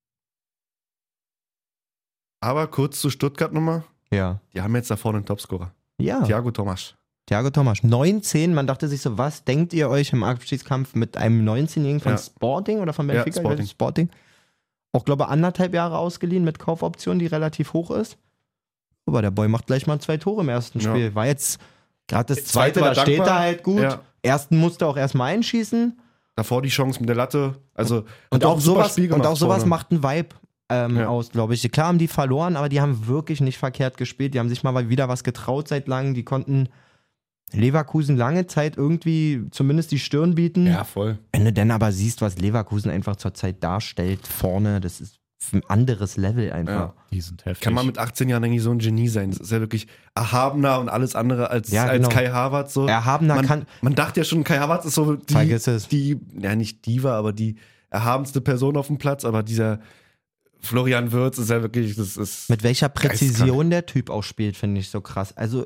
Aber kurz zu Stuttgart nochmal. Ja. Die haben jetzt da vorne einen Topscorer. Ja. Thiago Thomas. Thiago Thomas. 19, man dachte sich so, was denkt ihr euch im Abstiegskampf mit einem 19-Jährigen von Sporting oder von Benfica? Ja, Sporting. Auch, glaube ich, 1,5 Jahre ausgeliehen mit Kaufoption, die relativ hoch ist. Aber der Boy macht gleich mal 2 Tore im ersten Ja. Spiel. War jetzt gerade das Zweite zweite, war da steht dankbar. er halt gut. Ja. Ersten musste er auch erstmal einschießen. Davor die Chance mit der Latte. Also Und hat auch ein super sowas, Spiel und gemacht auch sowas vorne. macht einen Vibe Ja. aus, glaube ich. Klar haben die verloren, aber die haben wirklich nicht verkehrt gespielt. Die haben sich mal wieder was getraut seit langem. Die konnten Leverkusen lange Zeit irgendwie zumindest die Stirn bieten. Ja, voll. Wenn du dann aber siehst, was Leverkusen einfach zurzeit darstellt vorne, das ist ein anderes Level einfach. Ja. Die sind heftig. Kann man mit 18 Jahren eigentlich so ein Genie sein. Das ist ja wirklich erhabener und alles andere als, Ja, als genau. Kai Havertz. So. Erhabener kann. Man dachte ja schon, Kai Havertz ist so Vergiss es. ja nicht Diva, aber die erhabenste Person auf dem Platz. Aber dieser Florian Wirtz ist ja wirklich, das ist Mit welcher Präzision der Typ auch spielt, finde ich so krass. Also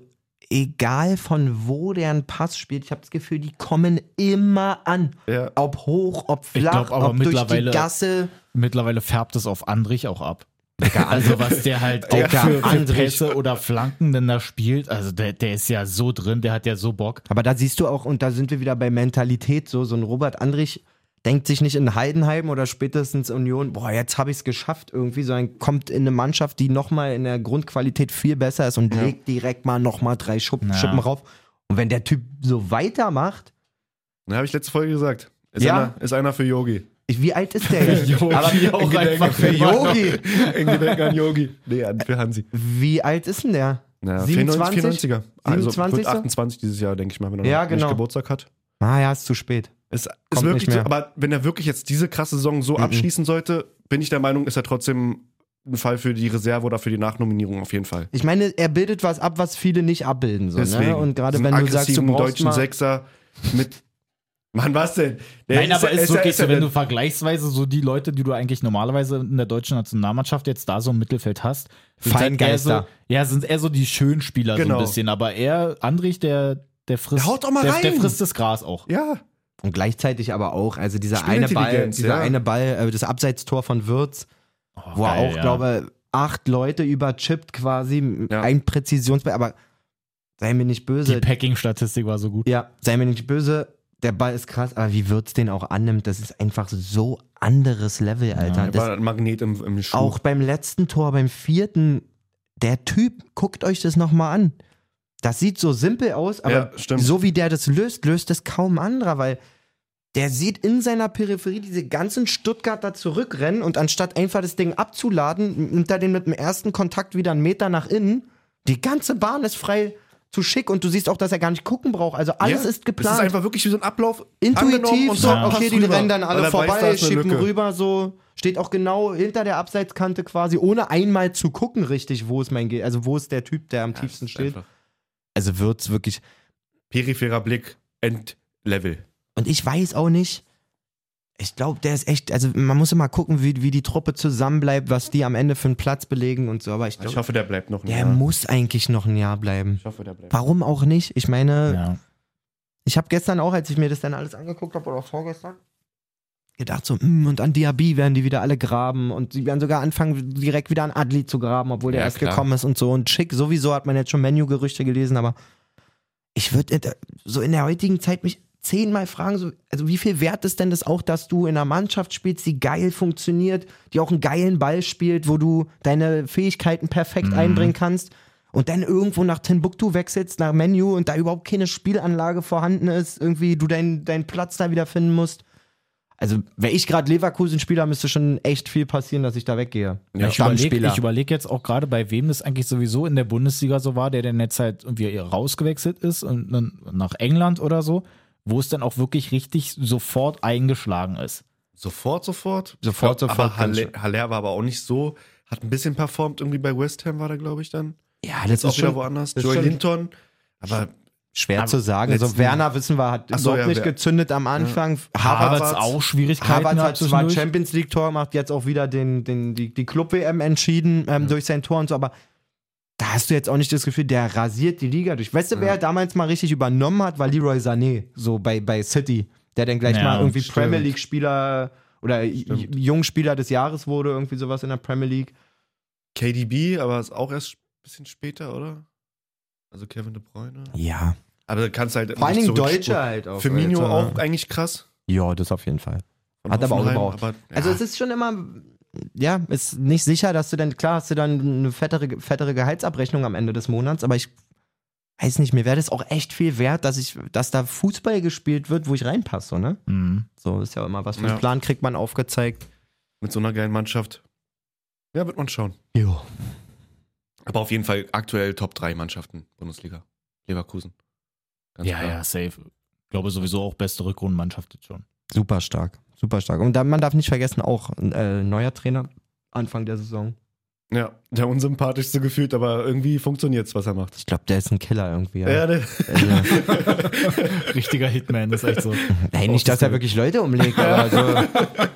egal von wo der einen Pass spielt, ich habe das Gefühl, die kommen immer an. ja. Ob hoch, ob Ich flach, glaub aber ob durch die mittlerweile- Gasse. Mittlerweile färbt es auf Andrich auch ab. Also was der halt Digga, auch für Andrich. Pässe oder Flanken denn da spielt, also der ist ja so drin, der hat ja so Bock. Aber da siehst du auch, und da sind wir wieder bei Mentalität, so ein Robert Andrich denkt sich nicht in Heidenheim oder spätestens Union, boah, jetzt habe ich es geschafft irgendwie, sondern kommt in eine Mannschaft, die nochmal in der Grundqualität viel besser ist und legt direkt mal nochmal 3 Schippen rauf. Und wenn der Typ so weitermacht, Da habe ich letzte Folge gesagt. Ja. Ist einer für Yogi. wie alt ist der jetzt? Yogi Aber auch einfach für Yogi. In Gedenken an Yogi. Nee, für Hansi. Wie alt ist denn der? Na, 27? 94er. Also 27. wird 28 dieses Jahr, denke ich mal, wenn er Ja, noch genau. nicht Geburtstag hat. Ah ja, ist zu spät. Es ist Kommt wirklich nicht mehr. so, aber wenn er wirklich jetzt diese krasse Saison so abschließen sollte, bin ich der Meinung, ist er trotzdem ein Fall für die Reserve oder für die Nachnominierung auf jeden Fall. Ich meine, er bildet was ab, was viele nicht abbilden. So, Deswegen. ne? Und gerade So wenn einen du sagst, du aggressiven brauchst deutschen mal, Sechser mit. Mann, was denn? Der Nein, aber ist ja- wirklich ja so, wenn der- du vergleichsweise so die Leute, die du eigentlich normalerweise in der deutschen Nationalmannschaft jetzt da so im Mittelfeld hast, sind halt eher so, Feingeister. ja, sind eher so die Schönspieler so Genau. ein bisschen, aber Andrich, der frisst, Der haut doch mal der rein. frisst das Gras auch. Ja, Und gleichzeitig aber auch, also dieser eine Ball, Spielintelligenz, ja. das Abseitstor von Wirtz, wo er geil, auch, ja. glaube 8 Leute überchippt quasi, Ja. ein Präzisionsball, aber sei mir nicht Die böse. Packing-Statistik war so gut. Ja, sei mir nicht böse, der Ball ist krass, aber wie Wirtz den auch annimmt, das ist einfach so anderes Level, Alter. er Das, war ein Magnet im Schuh. auch beim letzten Tor, beim 4., der Typ, guckt euch das nochmal an. Das sieht so simpel aus, aber Ja, stimmt. so wie der das löst es kaum ein anderer, weil der sieht in seiner Peripherie diese ganzen Stuttgarter zurückrennen und anstatt einfach das Ding abzuladen, nimmt er den mit dem ersten Kontakt wieder 1 Meter nach innen. Die ganze Bahn ist frei zu schick und du siehst auch, dass er gar nicht gucken braucht. Also alles Ja, ist geplant. Das ist einfach wirklich wie so ein Ablauf. angenommen Intuitiv und so, dann okay, passt die rüber. rennen dann alle Weil er weiß, da vorbei, ist eine schieben Lücke. rüber, so, steht auch genau hinter der Abseitskante quasi, ohne einmal zu gucken richtig, wo ist also wo ist der Typ, der am tiefsten Das ist steht. einfach Also wird's wirklich, Peripherer Blick, Endlevel. und ich weiß auch nicht, ich glaube, der ist echt, also man muss immer gucken, wie die Truppe zusammenbleibt, was die am Ende für einen Platz belegen und so, aber ich Ich glaube, hoffe, der bleibt noch ein der Jahr. muss eigentlich noch ein Jahr bleiben. Ich hoffe, der bleibt. Warum auch nicht? Ich meine, Ja. ich habe gestern auch, als ich mir das dann alles angeguckt habe, oder vorgestern, gedacht so, und an Diaby werden die wieder alle graben und sie werden sogar anfangen, direkt wieder an Adli zu graben, obwohl der Ja, erst klar. gekommen ist und so. Und Schick, sowieso hat man jetzt schon Menu-Gerüchte gelesen, aber ich würde so in der heutigen Zeit mich 10-mal fragen, so, also wie viel wert ist denn das auch, dass du in einer Mannschaft spielst, die geil funktioniert, die auch einen geilen Ball spielt, wo du deine Fähigkeiten perfekt einbringen kannst und dann irgendwo nach Timbuktu wechselst, nach Menu und da überhaupt keine Spielanlage vorhanden ist, irgendwie du deinen Platz da wieder finden musst. Also, wäre ich gerade Leverkusen-Spieler, müsste schon echt viel passieren, dass ich da weggehe. Ja, Ich überlege jetzt auch gerade, bei wem das eigentlich sowieso in der Bundesliga so war, der dann jetzt halt irgendwie rausgewechselt ist und dann nach England oder so, wo es dann auch wirklich richtig sofort eingeschlagen ist. Sofort. Sofort. Aber Haller war aber auch nicht so, hat ein bisschen performt irgendwie bei West Ham, war der, glaube ich, dann. Ja, Jetzt das auch ist wieder schon woanders. das Joey schon- Linton, aber schwer zu sagen. Also Werner, wissen wir, hat Ach so, überhaupt ja, nicht gezündet am Anfang. Havertz auch Schwierigkeiten Havertz hat gehabt zwar zwischendurch. Champions League Tor gemacht, jetzt auch wieder die Club-WM entschieden durch sein Tor und so, aber da hast du jetzt auch nicht das Gefühl, der rasiert die Liga durch. Weißt du, wer damals mal richtig übernommen hat, war Leroy Sané, so bei City, der dann gleich mal irgendwie stimmt. Premier League Spieler oder Jungspieler des Jahres wurde, irgendwie sowas in der Premier League. KDB, aber ist auch erst ein bisschen später, oder? Also Kevin De Bruyne. Ja. Aber da kannst du halt Vor allen Dingen nicht Deutsche zurückspulen. halt auch. Firmino Jetzt, auch eigentlich krass. Ja, das auf jeden Fall. Von Hat aber auch Hoffenheim, gebraucht. aber, ja. Also es ist schon immer, ja, ist nicht sicher, dass du dann, klar hast du dann eine fettere Gehaltsabrechnung am Ende des Monats, aber ich weiß nicht, mir wäre das auch echt viel wert, dass da Fußball gespielt wird, wo ich reinpasse, so, ne? Mhm. So ist ja immer was für Ja. einen Plan kriegt man aufgezeigt. Mit so einer geilen Mannschaft. Ja, wird man schauen. Jo. Aber auf jeden Fall aktuell Top 3 Mannschaften Bundesliga. Leverkusen. Ganz Ja, klar. ja, safe. Ich glaube sowieso auch beste Rückrundenmannschaft jetzt schon. Super stark. Und man darf nicht vergessen, auch neuer Trainer Anfang der Saison. Ja, der unsympathischste gefühlt, aber irgendwie funktioniert's, was er macht. Ich glaube, der ist ein Killer irgendwie. Ja. Ja, Richtiger Hitman, das ist echt so. Hey, nicht, dass er wirklich Leute umlegt, aber so.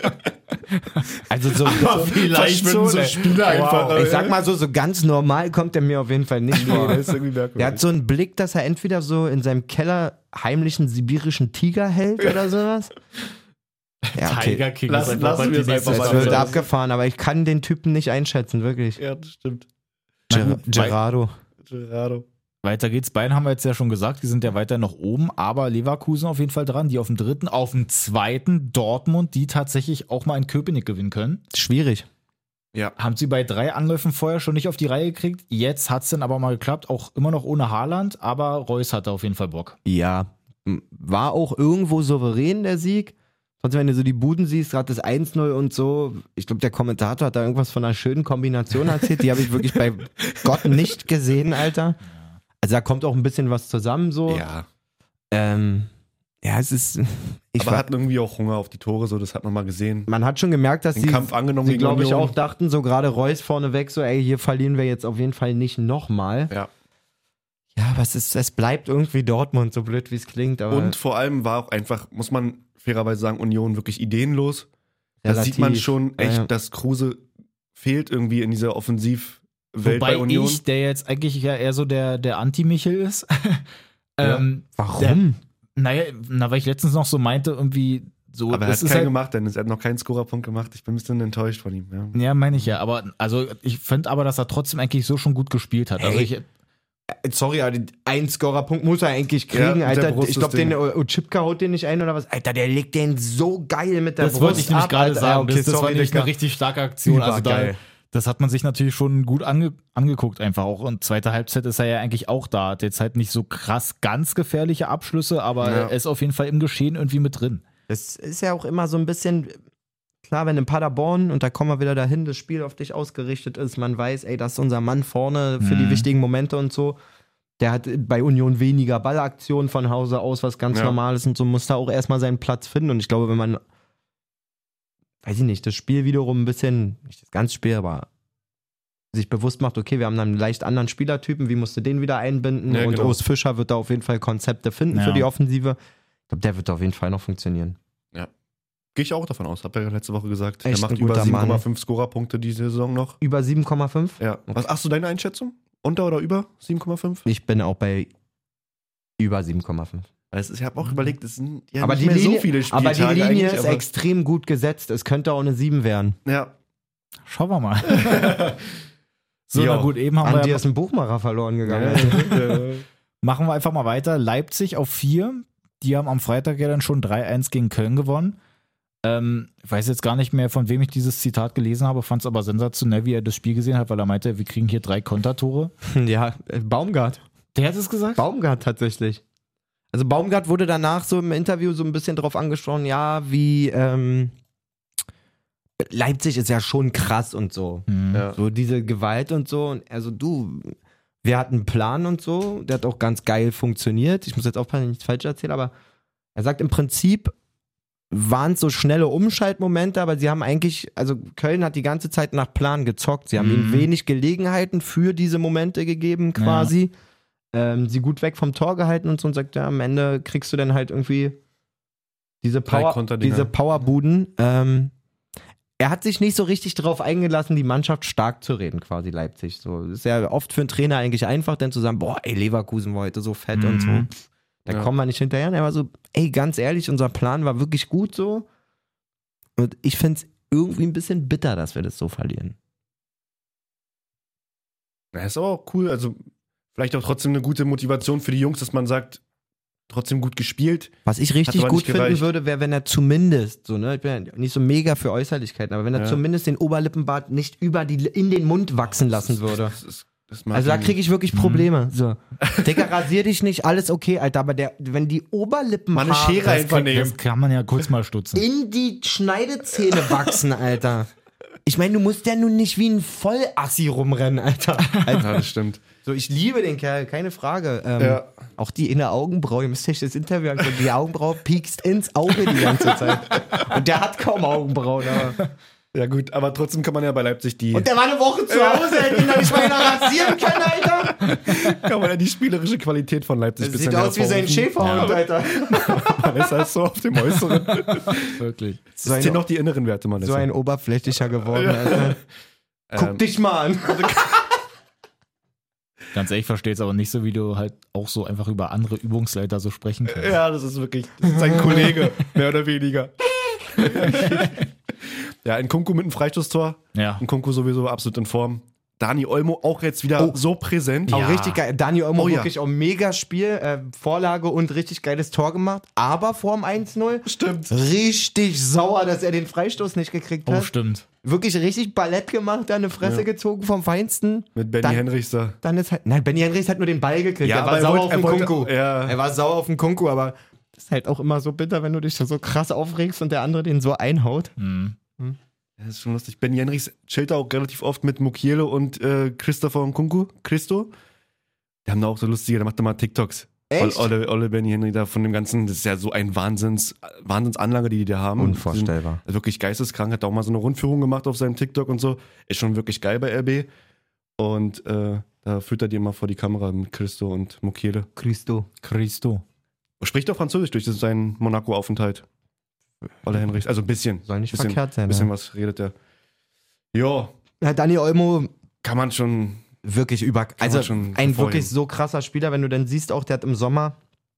Also so vielleicht verschwinden so Spieler einfach. Ich sag mal so ganz normal kommt er mir auf jeden Fall nicht vor. ist irgendwie merkwürdig. Der hat so einen Blick, dass er entweder so in seinem Keller heimlichen sibirischen Tiger hält oder sowas. Ja, okay. Tiger King. Lass- ist einfach lassen mal wir es die einfach nächste mal. Das wird Sache. abgefahren, aber ich kann den Typen nicht einschätzen, wirklich. Ja, das stimmt. Na gut, Gerardo. Gerardo. Weiter geht's. Bayern haben wir jetzt ja schon gesagt, die sind ja weiter noch oben, aber Leverkusen auf jeden Fall dran, die auf dem 3., auf dem 2. Dortmund, die tatsächlich auch mal in Köpenick gewinnen können. Schwierig. Ja. Haben sie bei 3 Anläufen vorher schon nicht auf die Reihe gekriegt. Jetzt hat's dann aber mal geklappt, auch immer noch ohne Haaland, aber Reus hatte auf jeden Fall Bock. Ja. War auch irgendwo souverän, der Sieg. Trotzdem, wenn du so die Buden siehst, gerade das 1-0 und so, ich glaube, der Kommentator hat da irgendwas von einer schönen Kombination erzählt, die habe ich wirklich bei Gott nicht gesehen, Alter. Also da kommt auch ein bisschen was zusammen so. Ja. Ja, es ist. Aber hatten irgendwie auch Hunger auf die Tore, so, das hat man mal gesehen. Man hat schon gemerkt, dass Den Kampf angenommen sie gegen glaube ich, Union. auch dachten, so gerade Reus vorneweg, so, ey, hier verlieren wir jetzt auf jeden Fall nicht nochmal. Ja. Ja, aber es bleibt irgendwie Dortmund, so blöd wie es klingt. Aber Und vor allem war auch einfach, muss man fairerweise sagen, Union wirklich ideenlos. Da relativ, sieht man schon echt, ja. dass Kruse fehlt irgendwie in dieser Offensivwelt Wobei bei Union. ich, der jetzt eigentlich ja eher so der Anti-Michel ist. warum? Weil ich letztens noch so meinte, irgendwie so. Aber er es hat ist keinen halt, gemacht, Dennis. Er hat noch keinen Scorerpunkt gemacht. Ich bin ein bisschen enttäuscht von ihm. Ja. ja, meine ich ja. Aber also ich finde aber, dass er trotzdem eigentlich so schon gut gespielt hat. Also Ey. Sorry, aber einen Scorerpunkt muss er eigentlich Ja, kriegen, mit der Alter. Brust Ich das glaube, den Ding. Uchipka haut den nicht ein oder was. Alter, der legt den so geil mit der das Brust wollte ich nämlich ab, gerade Alter. sagen. Ja, okay, das war sorry, nämlich Digga. eine richtig starke Aktion. Also Übergeil. das hat man sich natürlich schon gut angeguckt einfach auch. Und zweite Halbzeit ist er ja eigentlich auch da. Hat jetzt halt nicht so krass ganz gefährliche Abschlüsse, aber Ja. er ist auf jeden Fall im Geschehen irgendwie mit drin. Das ist ja auch immer so ein bisschen, klar, wenn in Paderborn, und da kommen wir wieder dahin, das Spiel auf dich ausgerichtet ist, man weiß, ey, das ist unser Mann vorne für die wichtigen Momente und so. Der hat bei Union weniger Ballaktionen von Hause aus, was ganz Ja. normal ist und so, muss da auch erstmal seinen Platz finden. Und ich glaube, wenn man, weiß ich nicht, das Spiel wiederum ein bisschen, nicht das ganze Spiel, aber sich bewusst macht, okay, wir haben dann einen leicht anderen Spielertypen, wie musst du den wieder einbinden? Ja, und genau. Urs Fischer wird da auf jeden Fall Konzepte finden Ja. für die Offensive. Ich glaube, der wird da auf jeden Fall noch funktionieren. Gehe ich auch davon aus. Hab ja letzte Woche gesagt. Echt er macht ein über guter 7,5 Scorerpunkte diese Saison noch. Über 7,5? Ja. Was hast du deine Einschätzung? Unter oder über 7,5? Ich bin auch bei über 7,5. Ich habe auch überlegt, es sind ja Aber nicht die mehr Linie, so viele aber Spieltage die Linie eigentlich, ist aber- extrem gut gesetzt. Es könnte auch eine 7 werden. Ja. Schauen wir mal. So, Ja. na gut, eben haben An wir dir ja, ist ein Buchmacher verloren gegangen. machen wir einfach mal weiter. Leipzig auf 4. Die haben am Freitag ja dann schon 3-1 gegen Köln gewonnen. Ich weiß jetzt gar nicht mehr, von wem ich dieses Zitat gelesen habe, fand es aber sensationell, wie er das Spiel gesehen hat, weil er meinte, wir kriegen hier 3 Kontertore. Ja, Baumgart. Der hat es gesagt? Baumgart tatsächlich. Also Baumgart wurde danach so im Interview so ein bisschen drauf angesprochen, ja, wie Leipzig ist ja schon krass und so. Ja. So diese Gewalt und so. Und also wir hatten einen Plan und so, der hat auch ganz geil funktioniert. Ich muss jetzt aufpassen, dass ich nichts falsch erzähle, aber er sagt im Prinzip waren es so schnelle Umschaltmomente, aber sie haben eigentlich, also Köln hat die ganze Zeit nach Plan gezockt. Sie haben ihnen wenig Gelegenheiten für diese Momente gegeben quasi. Sie gut weg vom Tor gehalten und so und sagt, ja, am Ende kriegst du dann halt irgendwie diese Powerbuden. Er hat sich nicht so richtig drauf eingelassen, die Mannschaft stark zu reden, quasi Leipzig. So ist ja oft für einen Trainer eigentlich einfach, dann zu sagen, boah, ey, Leverkusen war heute so fett und so. Da kommen wir nicht hinterher. Und er war so, ey, ganz ehrlich, unser Plan war wirklich gut so. Und ich finde es irgendwie ein bisschen bitter, dass wir das so verlieren. Ja, ist aber auch cool. Also vielleicht auch trotzdem eine gute Motivation für die Jungs, dass man sagt, trotzdem gut gespielt. Was ich richtig aber gut nicht finden gereicht. würde, wäre, wenn er zumindest, so, ne, ich bin ja nicht so mega für Äußerlichkeiten, aber wenn er zumindest den Oberlippenbart nicht in den Mund wachsen lassen würde. Das mag Also da ich kriege ich wirklich Probleme. So. Digga, rasier dich nicht, alles okay, Alter, aber wenn die Oberlippenhaare Mal eine Schere einfach nehmen. Das kann man ja kurz mal stutzen. in die Schneidezähne wachsen, Alter. Ich meine, du musst ja nun nicht wie ein Vollassi rumrennen, Alter. Ja, das stimmt. So, ich liebe den Kerl, keine Frage. Auch die in der Augenbraue, ihr müsst euch das Interview angucken, die Augenbraue piekst ins Auge die ganze Zeit. Und der hat kaum Augenbrauen, aber. Ja gut, aber trotzdem kann man ja bei Leipzig Und der war eine Woche zu Hause, hätte ihn da nicht mal einer rasieren können, Alter. kann man ja die spielerische Qualität von Leipzig Das sieht aus wie sein Schäferhund, Alter. Man ist halt so auf dem Äußeren. Wirklich. Das sind noch die inneren Werte, man. So ein oberflächlicher geworden, Alter. Guck dich mal an. Ganz ehrlich, verstehe es aber nicht so, wie du halt auch so einfach über andere Übungsleiter so sprechen kannst. Ja, das ist wirklich, das ist sein Kollege, mehr oder weniger. Ja, ein Nkunku mit einem Freistoßtor. Ja. Nkunku sowieso absolut in Form. Dani Olmo auch jetzt wieder so präsent. Auch richtig geil. Dani Olmo Oh ja. wirklich auch mega Spiel, Vorlage und richtig geiles Tor gemacht. Aber vorm 1-0 Stimmt. richtig sauer, dass er den Freistoß nicht gekriegt Oh, hat. stimmt. Wirklich richtig Ballett gemacht, da eine Fresse gezogen vom Feinsten. Mit Benny Dann- Henrichs da. Dann ist halt, nein, Benny Henrichs hat nur den Ball gekriegt. Ja, er war aber er sauer wollte- auf er den wollte- Kunku. ja. Er war sauer auf den Kunku, aber das ist halt auch immer so bitter, wenn du dich da so krass aufregst und der andere den so einhaut. Das ist schon lustig. Benny Henrichs chillt da auch relativ oft mit Mukiele und Christopher Nkunku. Christo. Die haben da auch so lustige, da macht er mal TikToks. Echt? Olle Benny Henry da von dem Ganzen, das ist ja so ein Wahnsinnsanlage, die da haben. Unvorstellbar. Die sind wirklich geisteskrank, hat auch mal so eine Rundführung gemacht auf seinem TikTok und so. Ist schon wirklich geil bei RB. Und da führt er die immer vor die Kamera mit Christo und Mukiele. Christo. Spricht auch Französisch durch seinen Monaco-Aufenthalt. Olle Henrichs, also ein bisschen. Soll nicht bisschen, verkehrt sein. bisschen Ja. was redet er. Ja, Ja, Dani Olmo kann man schon. wirklich also man schon ein hervorheben. wirklich so krasser Spieler, wenn du dann siehst, auch der hat im Sommer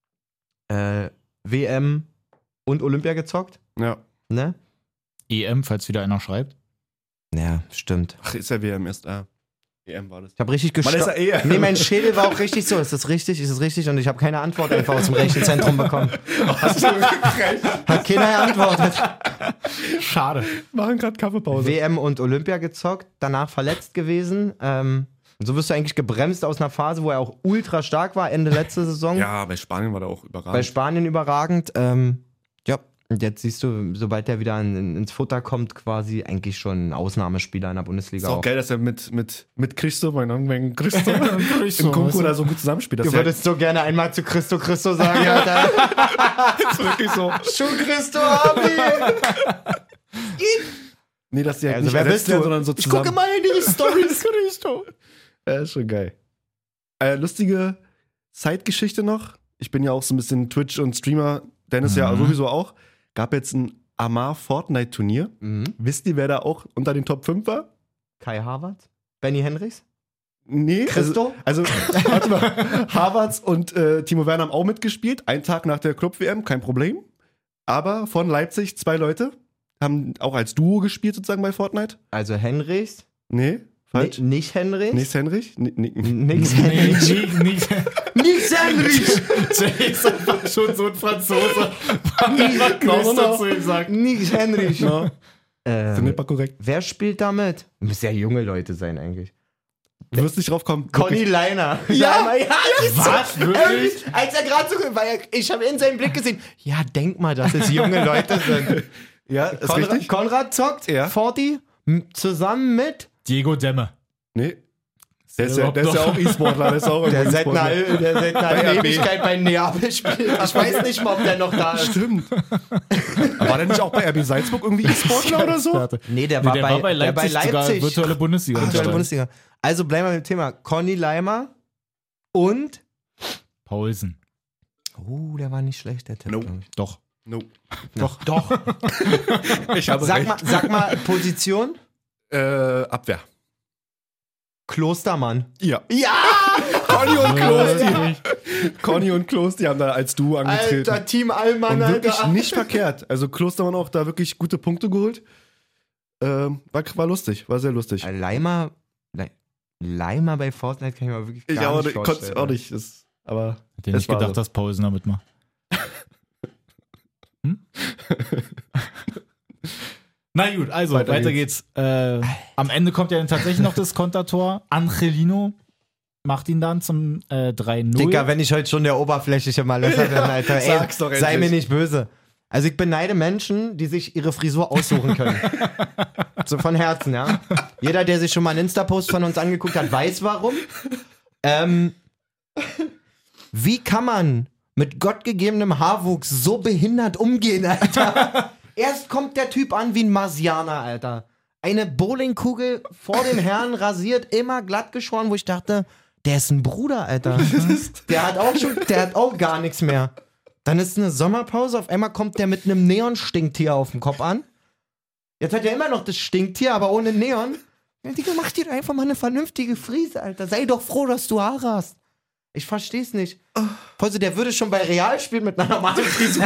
WM und Olympia gezockt, Ja. ne? EM, falls wieder einer schreibt. Ja, stimmt. Ach, ist ja WM erst. EM war das. Ich habe richtig Man ist gestoppt. ja EM. Nee, mein Schädel war auch richtig so. Ist das richtig? Ist es richtig? Und ich habe keine Antwort einfach aus dem Rechenzentrum bekommen. Hast du recht? Hat keiner geantwortet. Schade. Machen gerade Kaffeepause. WM und Olympia gezockt, danach verletzt gewesen. Und so wirst du eigentlich gebremst aus einer Phase, wo er auch ultra stark war, Ende letzte Saison. Ja, bei Spanien war der auch überragend. Bei Spanien überragend. Ja, und jetzt siehst du, sobald der wieder ins Futter kommt, quasi eigentlich schon ein Ausnahmespieler in der Bundesliga. ist auch geil, dass er mit Christo, mein Christo, im Konkur da so gut zusammenspielt. Du Dass er würdest so gerne einmal zu Christo sagen, Alter. ist wirklich so. Schon Christo, Abi! Nee, dass die halt Also nicht wer ersetzt bist du? werden, sondern so Ich zusammen. gucke mal in die Storys. Christo. Ja, ist schon geil. Lustige Zeitgeschichte noch. Ich bin ja auch so ein bisschen Twitch- und Streamer. Dennis ja sowieso auch. Gab jetzt ein Amar-Fortnite-Turnier. Wisst ihr, wer da auch unter den Top 5 war? Kai Havertz? Benny Henrichs? Nee. Christo? Also warte mal. Havertz und Timo Werner haben auch mitgespielt. Einen Tag nach der Club-WM, kein Problem. Aber von Leipzig 2 Leute haben auch als Duo gespielt sozusagen bei Fortnite. Also Henrichs? Nee. Falsch? Nicht Henrich. Nix Henrich? Nix Henrich. Nix Henrich. Jay ist einfach schon so ein Franzose. Was Kloster zu ihm sagt. Nix Henrich. No. Sind nicht mal korrekt. Wer spielt da mit? Müssen ja junge Leute sein eigentlich. Du wirst nicht drauf kommen. Conny Wirklich. Leiner. Ja. Was? Wirklich? Als er gerade so, weil ich habe in seinem Blick gesehen, ja, denk mal, dass es junge Leute sind. Ja, ist richtig? Konrad zockt, Ja. 40, zusammen mit Diego Demme. Nee. Der ist ja auch E-Sportler. Der ist auch der irgendwo seit E-Sportler. einer Ewigkeit bei Neapel spielt. Ich weiß nicht mal, ob der noch da ist. Stimmt. War der nicht auch bei RB Salzburg irgendwie E-Sportler oder so? Nee, der war bei Leipzig. Sogar virtuelle Bundesliga. Virtuelle Bundesliga. Also bleiben wir mit dem Thema. Conny Leimer und Paulsen. Oh, der war nicht schlecht, der Tipp. Nope. glaub ich. Doch. Nope. Doch. Ich habe Sag mal Position. Abwehr. Klostermann. Ja. Ja! Conny und Klosti. Conny und Klosti haben da als Duo angetreten. Alter, Team Allmann, Und wirklich Alter. nicht verkehrt. Also Klostermann auch da wirklich gute Punkte geholt. War lustig, war sehr lustig. Leimer bei Fortnite kann ich mir wirklich gar nicht konnte vorstellen. auch nicht. Aber Hätte nicht war gedacht, so. dass Paulsen damit macht. Na gut, also weiter geht's. Am Ende kommt ja dann tatsächlich noch das Kontertor. Angelino macht ihn dann zum 3-0. Dicker, wenn ich heute schon der oberflächliche Malessa bin, Alter, ey, Sag's doch sei endlich. mir nicht böse. Also ich beneide Menschen, die sich ihre Frisur aussuchen können. So von Herzen, ja. Jeder, der sich schon mal einen Insta-Post von uns angeguckt hat, weiß warum. Wie kann man mit gottgegebenem Haarwuchs so behindert umgehen, Alter? Erst kommt der Typ an wie ein Marsianer, Alter. Eine Bowlingkugel vor dem Herrn rasiert, immer glatt geschoren, wo ich dachte, der ist ein Bruder, Alter. Der hat auch gar nichts mehr. Dann ist eine Sommerpause, auf einmal kommt der mit einem Neon-Stinktier auf dem Kopf an. Jetzt hat er immer noch das Stinktier, aber ohne Neon. Ja, Digga, mach dir doch einfach mal eine vernünftige Frise, Alter. Sei doch froh, dass du Haare hast. Ich versteh's nicht. Also, der würde schon bei Real spielen mit einer normalen Frisur.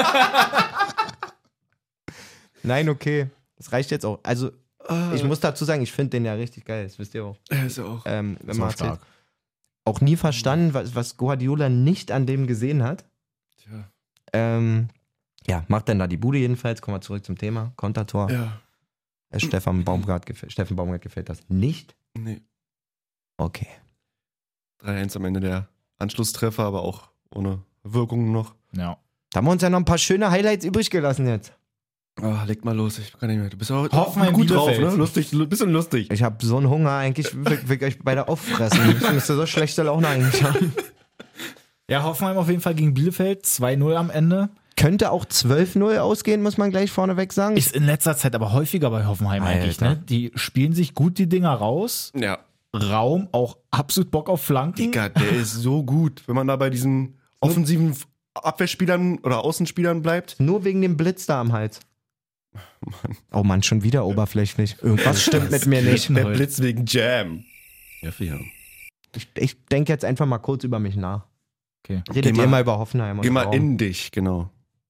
Nein, okay. Das reicht jetzt auch. Also, ich muss dazu sagen, ich finde den ja richtig geil. Das wisst ihr auch. ist ja auch. Wenn Ist man auch stark. erzählt. Auch nie verstanden, was Guardiola nicht an dem gesehen hat. Tja. Ja, macht dann da die Bude jedenfalls. Kommen wir zurück zum Thema. Kontertor. Ja. Steffen Baumgart gefällt das nicht. Nee. Okay. 3-1 am Ende der Anschlusstreffer, aber auch ohne Wirkung noch. Ja. Da haben wir uns ja noch ein paar schöne Highlights übrig gelassen jetzt. Leg mal los, ich kann nicht mehr. Du bist auch Hoffenheim gut drauf, Bielefeld. ne? Lustig, bisschen lustig. Ich habe so einen Hunger, eigentlich will euch beide auffressen. Ich müsste so schlechte Laune eigentlich haben. Ja, Hoffenheim auf jeden Fall gegen Bielefeld. 2-0 am Ende. Könnte auch 12-0 ausgehen, muss man gleich vorneweg sagen. Ist in letzter Zeit aber häufiger bei Hoffenheim eigentlich, Alter. ne? Die spielen sich gut die Dinger raus. Ja. Raum, auch absolut Bock auf Flanken. Digga, der ist so gut. Wenn man da bei diesen offensiven Abwehrspielern oder Außenspielern bleibt. Nur wegen dem Blitz da am Hals. Oh Mann, schon wieder oberflächlich. Irgendwas stimmt mit mir nicht. Der Blitz wegen Jam. Ja, für Ich denke jetzt einfach mal kurz über mich nach. Okay. Redet Geh ihr mal- mal über Hoffenheim. und Geh mal Raum. in dich, genau.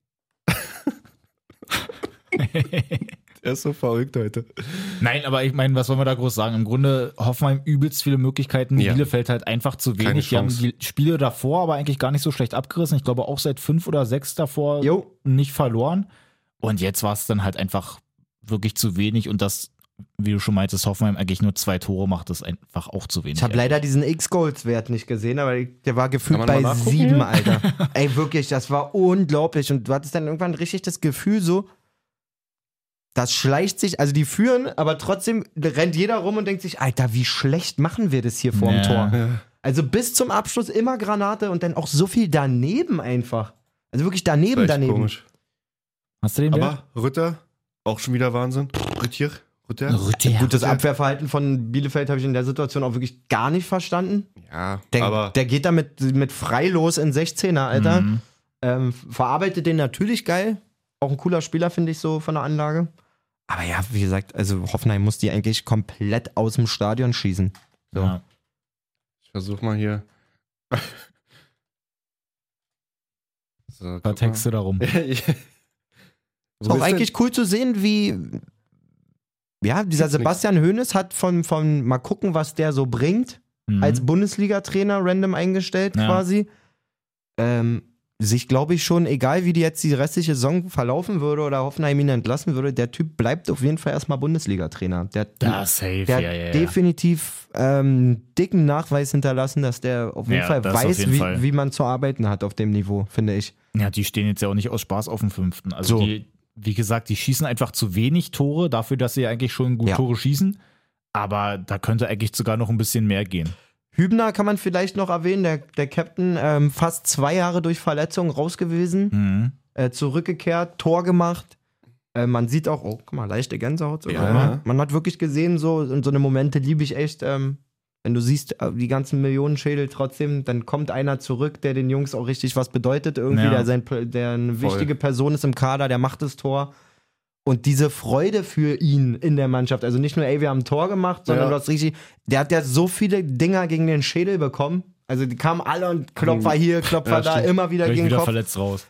Er ist so verrückt heute. Nein, aber ich meine, was wollen wir da groß sagen? Im Grunde Hoffenheim übelst viele Möglichkeiten, Ja. Bielefeld halt einfach zu Keine wenig. Die haben Chance. die Spiele davor aber eigentlich gar nicht so schlecht abgerissen. Ich glaube auch seit 5 oder 6 davor Jo. nicht verloren. Und jetzt war es dann halt einfach wirklich zu wenig und das, wie du schon meintest, Hoffenheim eigentlich nur 2 Tore macht, ist einfach auch zu wenig. Ich habe leider diesen X-Goals-Wert nicht gesehen, aber der war gefühlt Kann man bei mal nachgucken 7, hier? Alter. Ey, wirklich, das war unglaublich. Und du hattest dann irgendwann richtig das Gefühl so, das schleicht sich, also die führen, aber trotzdem rennt jeder rum und denkt sich, Alter, wie schlecht machen wir das hier vorm Ja. Tor? Ja. Also bis zum Abschluss immer Granate und dann auch so viel daneben einfach. Also wirklich daneben. Komisch. Hast du den Aber Rütter, auch schon wieder Wahnsinn. Rütter. Rütter. Gut, das Abwehrverhalten von Bielefeld habe ich in der Situation auch wirklich gar nicht verstanden. Ja, Der geht da mit frei los in 16er, Alter. Mhm. Verarbeitet den natürlich geil. Auch ein cooler Spieler, finde ich, so von der Anlage. Aber ja, wie gesagt, also Hoffenheim muss die eigentlich komplett aus dem Stadion schießen. So. Ja. ich versuch mal hier. So, Ein paar Texte darum. Ist auch eigentlich cool zu sehen, wie Ja, dieser Gibt's Sebastian Hoeneß hat von mal gucken, was der so bringt, als Bundesliga-Trainer random eingestellt quasi. Sich, glaube ich, schon, egal wie die jetzt die restliche Saison verlaufen würde oder Hoffenheim ihn entlassen würde, der Typ bleibt auf jeden Fall erstmal Bundesliga-Trainer. Der hat definitiv dicken Nachweis hinterlassen, dass der auf jeden Fall weiß, wie man zu arbeiten hat auf dem Niveau, finde ich. Ja, die stehen jetzt ja auch nicht aus Spaß auf dem 5. Also wie gesagt, die schießen einfach zu wenig Tore dafür, dass sie eigentlich schon gut Tore schießen. Aber da könnte eigentlich sogar noch ein bisschen mehr gehen. Hübner kann man vielleicht noch erwähnen, der Captain, fast 2 Jahre durch Verletzung raus gewesen, zurückgekehrt, Tor gemacht. Man sieht auch, oh, guck mal, leichte Gänsehaut sogar. Ja. Man hat wirklich gesehen, so eine Momente liebe ich echt, wenn du siehst, die ganzen Millionenschädel trotzdem, dann kommt einer zurück, der den Jungs auch richtig was bedeutet, irgendwie, der eine wichtige Person ist im Kader, der macht das Tor. Und diese Freude für ihn in der Mannschaft, also nicht nur, ey, wir haben ein Tor gemacht, sondern du hast richtig, der hat ja so viele Dinger gegen den Schädel bekommen. Also die kamen alle und Klopfer hier, Klopfer da, immer wieder gegen den Kopf. Verletzt raus.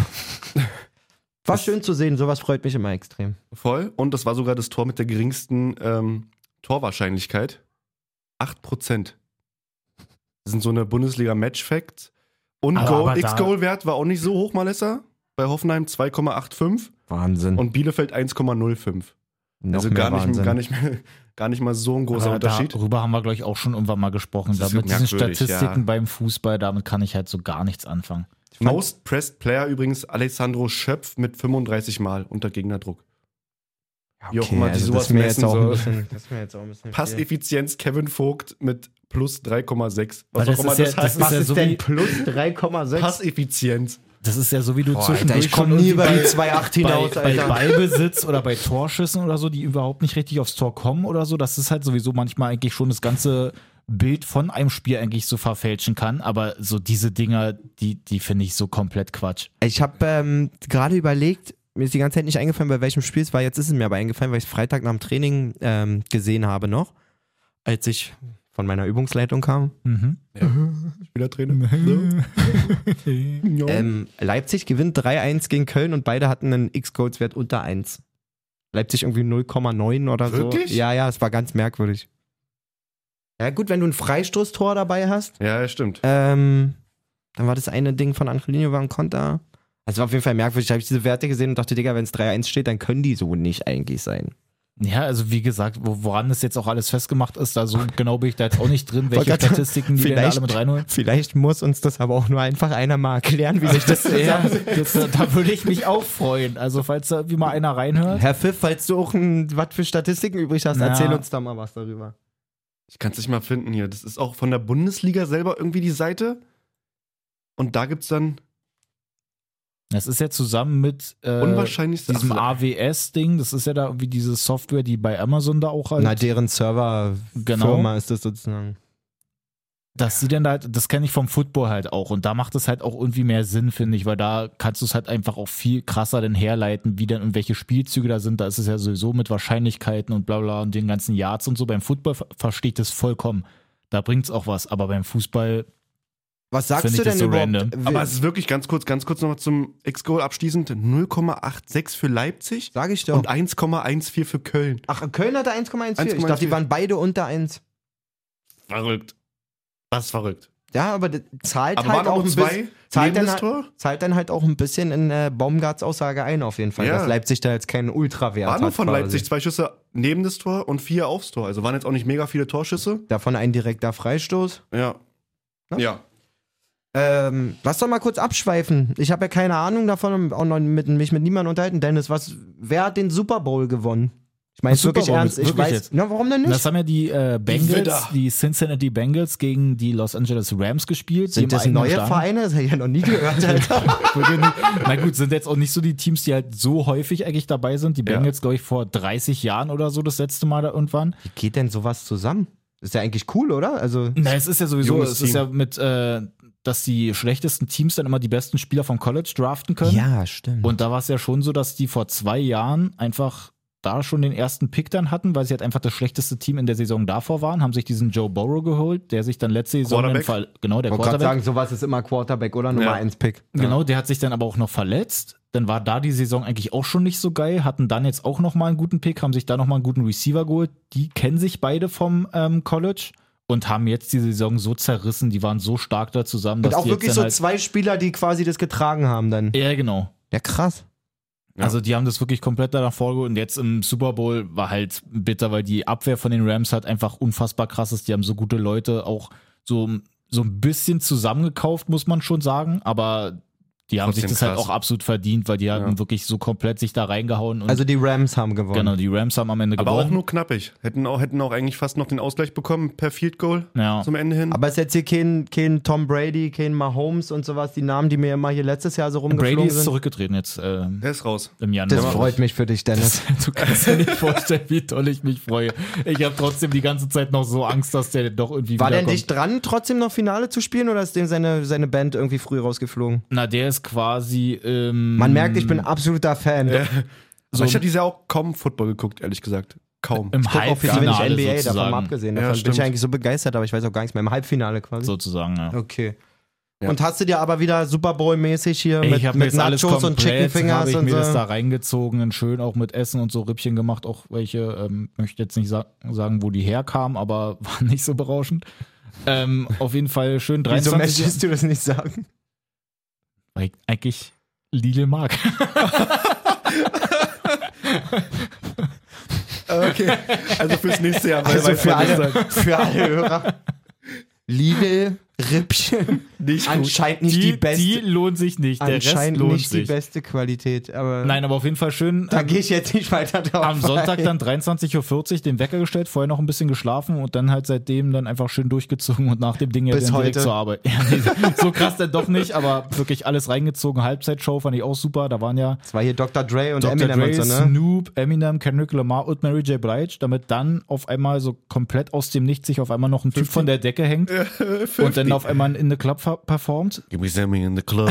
War schön zu sehen, sowas freut mich immer extrem. Voll. Und das war sogar das Tor mit der geringsten Torwahrscheinlichkeit. 8%. Das sind so eine Bundesliga-Match-Facts. Und X-Goal-Wert war auch nicht so hoch, Malessa. Bei Hoffenheim 2,85. Wahnsinn. Und Bielefeld 1,05. Also gar nicht mal so ein großer Unterschied. Darüber haben wir, glaube ich, auch schon irgendwann mal gesprochen. Da mit diesen Statistiken beim Fußball, damit kann ich halt so gar nichts anfangen. Most Pressed Player übrigens Alessandro Schöpf mit 35 Mal unter Gegnerdruck. Wie auch immer die sowas messen soll. Passeffizienz Kevin Vogt mit plus 3,6. Was auch immer das heißt. Was ist denn plus 3,6? Passeffizienz. Das ist ja so, wie du zwischendurch ich komme nie über die 2,8 hinaus, bei Ballbesitz oder bei Torschüssen oder so, die überhaupt nicht richtig aufs Tor kommen oder so. Das ist halt sowieso manchmal eigentlich schon das ganze Bild von einem Spiel eigentlich so verfälschen kann. Aber so diese Dinger, die finde ich so komplett Quatsch. Ich habe gerade überlegt, mir ist die ganze Zeit nicht eingefallen, bei welchem Spiel es war. Jetzt ist es mir aber eingefallen, weil ich es Freitag nach dem Training gesehen habe noch, als ich von meiner Übungsleitung kam. Spielertrainer. Leipzig gewinnt 3-1 gegen Köln und beide hatten einen X-Goals-Wert unter 1. Leipzig irgendwie 0,9 oder so. Wirklich? Ja, es war ganz merkwürdig. Ja gut, wenn du ein Freistoßtor dabei hast. Ja, stimmt. Dann war das eine Ding von Angelino war ein Konter. Also war auf jeden Fall merkwürdig. Da habe ich diese Werte gesehen und dachte, Digga, wenn es 3-1 steht, dann können die so nicht eigentlich sein. Ja, also wie gesagt, woran das jetzt auch alles festgemacht ist, da so genau bin ich da jetzt auch nicht drin, welche Statistiken die da alle mit reinholen. Vielleicht muss uns das aber auch nur einfach einer mal erklären, wie sich das da würde ich mich auch freuen. Also falls da irgendwie mal einer reinhört. Herr Pfiff, falls du auch was für Statistiken übrig hast, erzähl uns da mal was darüber. Ich kann es nicht mal finden hier. Das ist auch von der Bundesliga selber irgendwie die Seite. Und da gibt's dann das ist ja zusammen mit diesem AWS-Ding, das ist ja da wie diese Software, die bei Amazon da auch halt. Na, deren Server-Firma ist das sozusagen. Dass sie denn halt, das kenne ich vom Football halt auch und da macht es halt auch irgendwie mehr Sinn, finde ich, weil da kannst du es halt einfach auch viel krasser dann herleiten, wie dann und welche Spielzüge da sind. Da ist es ja sowieso mit Wahrscheinlichkeiten und bla bla und den ganzen Yards und so. Beim Football verstehe ich das vollkommen. Da bringt es auch was, aber beim Fußball. Was sagst du denn so überhaupt? Random. Aber es ist wirklich ganz kurz nochmal zum X-Goal abschließend. 0,86 für Leipzig. Sag ich doch. Und 1,14 für Köln. Ach, Köln hatte 1,14. Ich dachte, die waren beide unter 1. Verrückt. Das ist verrückt. Ja, aber das zahlt aber halt auch ein bisschen. Zahlt dann halt auch ein bisschen in Baumgarts Aussage ein, auf jeden Fall. Ja. Dass Leipzig da jetzt keinen Ultrawert hat. Waren nur von Leipzig 2 Schüsse neben das Tor und 4 aufs Tor. Also waren jetzt auch nicht mega viele Torschüsse. Davon ein direkter Freistoß. Ja. Ja. Lass doch mal kurz abschweifen. Ich habe ja keine Ahnung davon, auch noch mich mit niemandem unterhalten. Dennis, wer hat den Super Bowl gewonnen? Ich meine es wirklich ernst. Ich weiß. Jetzt. Na, warum denn nicht? Das haben ja die Bengals, die Cincinnati Bengals gegen die Los Angeles Rams gespielt. Sind das neue Vereine? Das habe ich ja noch nie gehört, Alter. Na gut, sind jetzt auch nicht so die Teams, die halt so häufig eigentlich dabei sind. Die Bengals, glaube ich, vor 30 Jahren oder so das letzte Mal da irgendwann. Wie geht denn sowas zusammen? Ist ja eigentlich cool, oder? Also na, es ist ja sowieso, ist ja mit dass die schlechtesten Teams dann immer die besten Spieler vom College draften können. Ja, stimmt. Und da war es ja schon so, dass die vor 2 Jahren einfach da schon den ersten Pick dann hatten, weil sie halt einfach das schlechteste Team in der Saison davor waren, haben sich diesen Joe Burrow geholt, der sich dann letzte Saison der Ich wollte gerade sagen, sowas ist immer Quarterback oder Nummer 1 Pick. Genau, der hat sich dann aber auch noch verletzt. Dann war da die Saison eigentlich auch schon nicht so geil, hatten dann jetzt auch nochmal einen guten Pick, haben sich da nochmal einen guten Receiver geholt. Die kennen sich beide vom College und haben jetzt die Saison so zerrissen, die waren so stark da zusammen, Und dass auch die wirklich jetzt so dann halt, 2 Spieler, die quasi das getragen haben dann. ja, genau. Ja, krass. Ja. Also die haben das wirklich komplett danach vorgeholt und jetzt im Super Bowl war halt bitter, weil die Abwehr von den Rams halt einfach unfassbar krass ist. Die haben so gute Leute auch so ein bisschen zusammengekauft, muss man schon sagen, aber die haben Trotzdem sich das halt krass. auch absolut verdient, weil die haben wirklich so komplett sich da reingehauen. Und Also die Rams haben gewonnen. genau, die Rams haben am Ende Aber auch gewonnen. nur knappig. Hätten auch eigentlich fast noch den Ausgleich bekommen per Field Goal Ja. zum Ende hin. Aber ist jetzt hier kein Tom Brady, kein Mahomes und sowas, die Namen, die mir immer hier letztes Jahr so rumgeflogen Brady ist sind. zurückgetreten jetzt Der ist raus. im Januar. Das freut mich für dich, Dennis. Du kannst dir nicht vorstellen, wie toll ich mich freue. Ich habe trotzdem die ganze Zeit noch so Angst, dass der doch irgendwie War der wiederkommt. nicht dran, trotzdem noch Finale zu spielen oder ist dem seine Band irgendwie früh rausgeflogen? Na, der ist quasi Man merkt, ich bin absoluter Fan. Ja. So- Ich habe dieses Jahr auch kaum Football geguckt, ehrlich gesagt. Kaum. im Ich guck auch viel zu wenig Halbfinale NBA, davon sozusagen. mal abgesehen. Ja, Davon bin stimmt. ich eigentlich so begeistert, aber ich weiß auch gar nichts mehr. Im Halbfinale quasi. Sozusagen, ja. Okay. Ja. Und hast du dir aber wieder Super Bowl-mäßig hier Ich habe mir mit jetzt alles Nachos und Chicken komplett, Fingers habe ich und mir das da so? reingezogen und schön auch mit Essen und so Rippchen gemacht, auch welche, möchte jetzt nicht sagen, wo die herkamen, aber waren nicht so berauschend. Auf jeden Fall schön Wieso 23. möchtest du das nicht sagen? Weil ich eigentlich Lidl mag. Okay, also fürs nächste Jahr. Also weiß für man nicht alle, sagen. für alle Hörer. Lidl, Rippchen. Nicht gut. Anscheinend nicht die beste. Die lohnt sich nicht, der Rest Anscheinend lohnt nicht die sich. beste Qualität. Aber Nein, aber auf jeden Fall schön. da gehe ich jetzt nicht weiter drauf. Am Sonntag ein. dann 23.40 Uhr den Wecker gestellt, vorher noch ein bisschen geschlafen und dann halt seitdem dann einfach schön durchgezogen und nach dem Ding ja Bis dann direkt heute. zur Arbeit. Ja, nee, so krass dann doch nicht, aber wirklich alles reingezogen. Halbzeitshow fand ich auch super. Da waren ja Das war hier Dr. Dre und Dr. Eminem Dre, und so, ne? Snoop, Eminem, Kendrick Lamar und Mary J. Blige, damit dann auf einmal so komplett aus dem Nichts sich auf einmal noch ein Typ von der Decke hängt und dann auf einmal in the Club performt. Give me something in the club.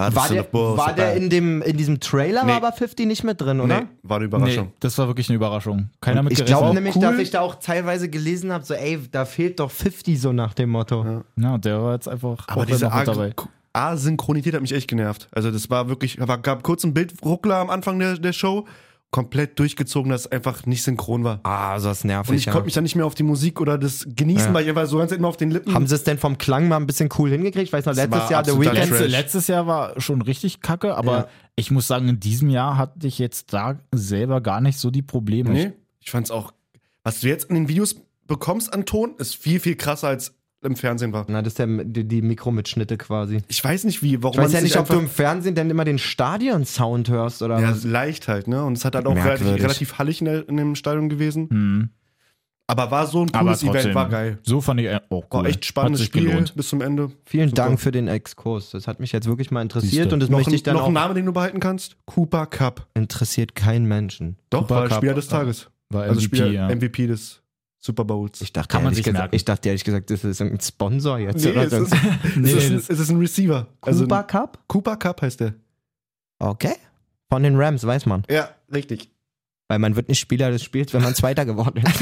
War der in diesem Trailer, Nee. war aber 50 nicht mit drin, oder? Nee, war eine Überraschung. Nee, das war wirklich eine Überraschung. Keiner mit Ich gerechnet. glaube Auch nämlich, cool. dass ich da auch teilweise gelesen habe, so ey, da fehlt doch 50 so nach dem Motto. Ja, der war jetzt einfach Aber auch diese noch mit dabei. Asynchronität hat mich echt genervt. Also das war wirklich, gab kurz ein Bildruckler am Anfang der Show, komplett durchgezogen, dass es einfach nicht synchron war. Ah, so ist nervig. Und ich konnte mich dann nicht mehr auf die Musik oder das genießen, Ja. weil ich einfach so ganz immer auf den Lippen. Haben sie es denn vom Klang mal ein bisschen cool hingekriegt? Ich weiß noch, Das letztes war Jahr The absoluter Weeknd. Trash. Letztes Jahr war schon richtig kacke, aber Ja. ich muss sagen, in diesem Jahr hatte ich jetzt da selber gar nicht so die Probleme. Nee, ich fand's auch, was du jetzt in den Videos bekommst an Ton, ist viel, viel krasser als im Fernsehen war. Na, das ist die Mikromitschnitte quasi. Ich weiß nicht wie, warum Ich weiß ja es nicht, sich ob du im einfach, Fernsehen denn immer den Stadion-Sound hörst oder ja, was. leicht halt, ne? Und es hat halt auch Merkwürdig. relativ hallig in dem Stadion gewesen. Hm. Aber war so ein Aber cooles Event, trotzdem, war geil. So fand ich auch cool. War echt spannendes Hat sich Spiel gelohnt. bis zum Ende. Vielen Super. Dank für den Exkurs. Das hat mich jetzt wirklich mal interessiert Siehste. und das Noch, möchte ich dann noch auch. ein Name, den du behalten kannst? Cooper Cup. Interessiert keinen Menschen. Doch, Cooper war Cup, Spieler des Tages. War Also MVP, Spieler, ja. MVP des Super Bowls. Ich dachte, Kann man ehrlich sich gesagt, merken. ich dachte ehrlich gesagt, das ist ein Sponsor jetzt. Nee, oder es so. ist, es ist ein Receiver. Also Cooper Cup? Cooper Cup heißt der. Okay. Von den Rams, weiß man. Ja, richtig. Weil man wird nicht Spieler des Spiels, wenn man Zweiter geworden ist.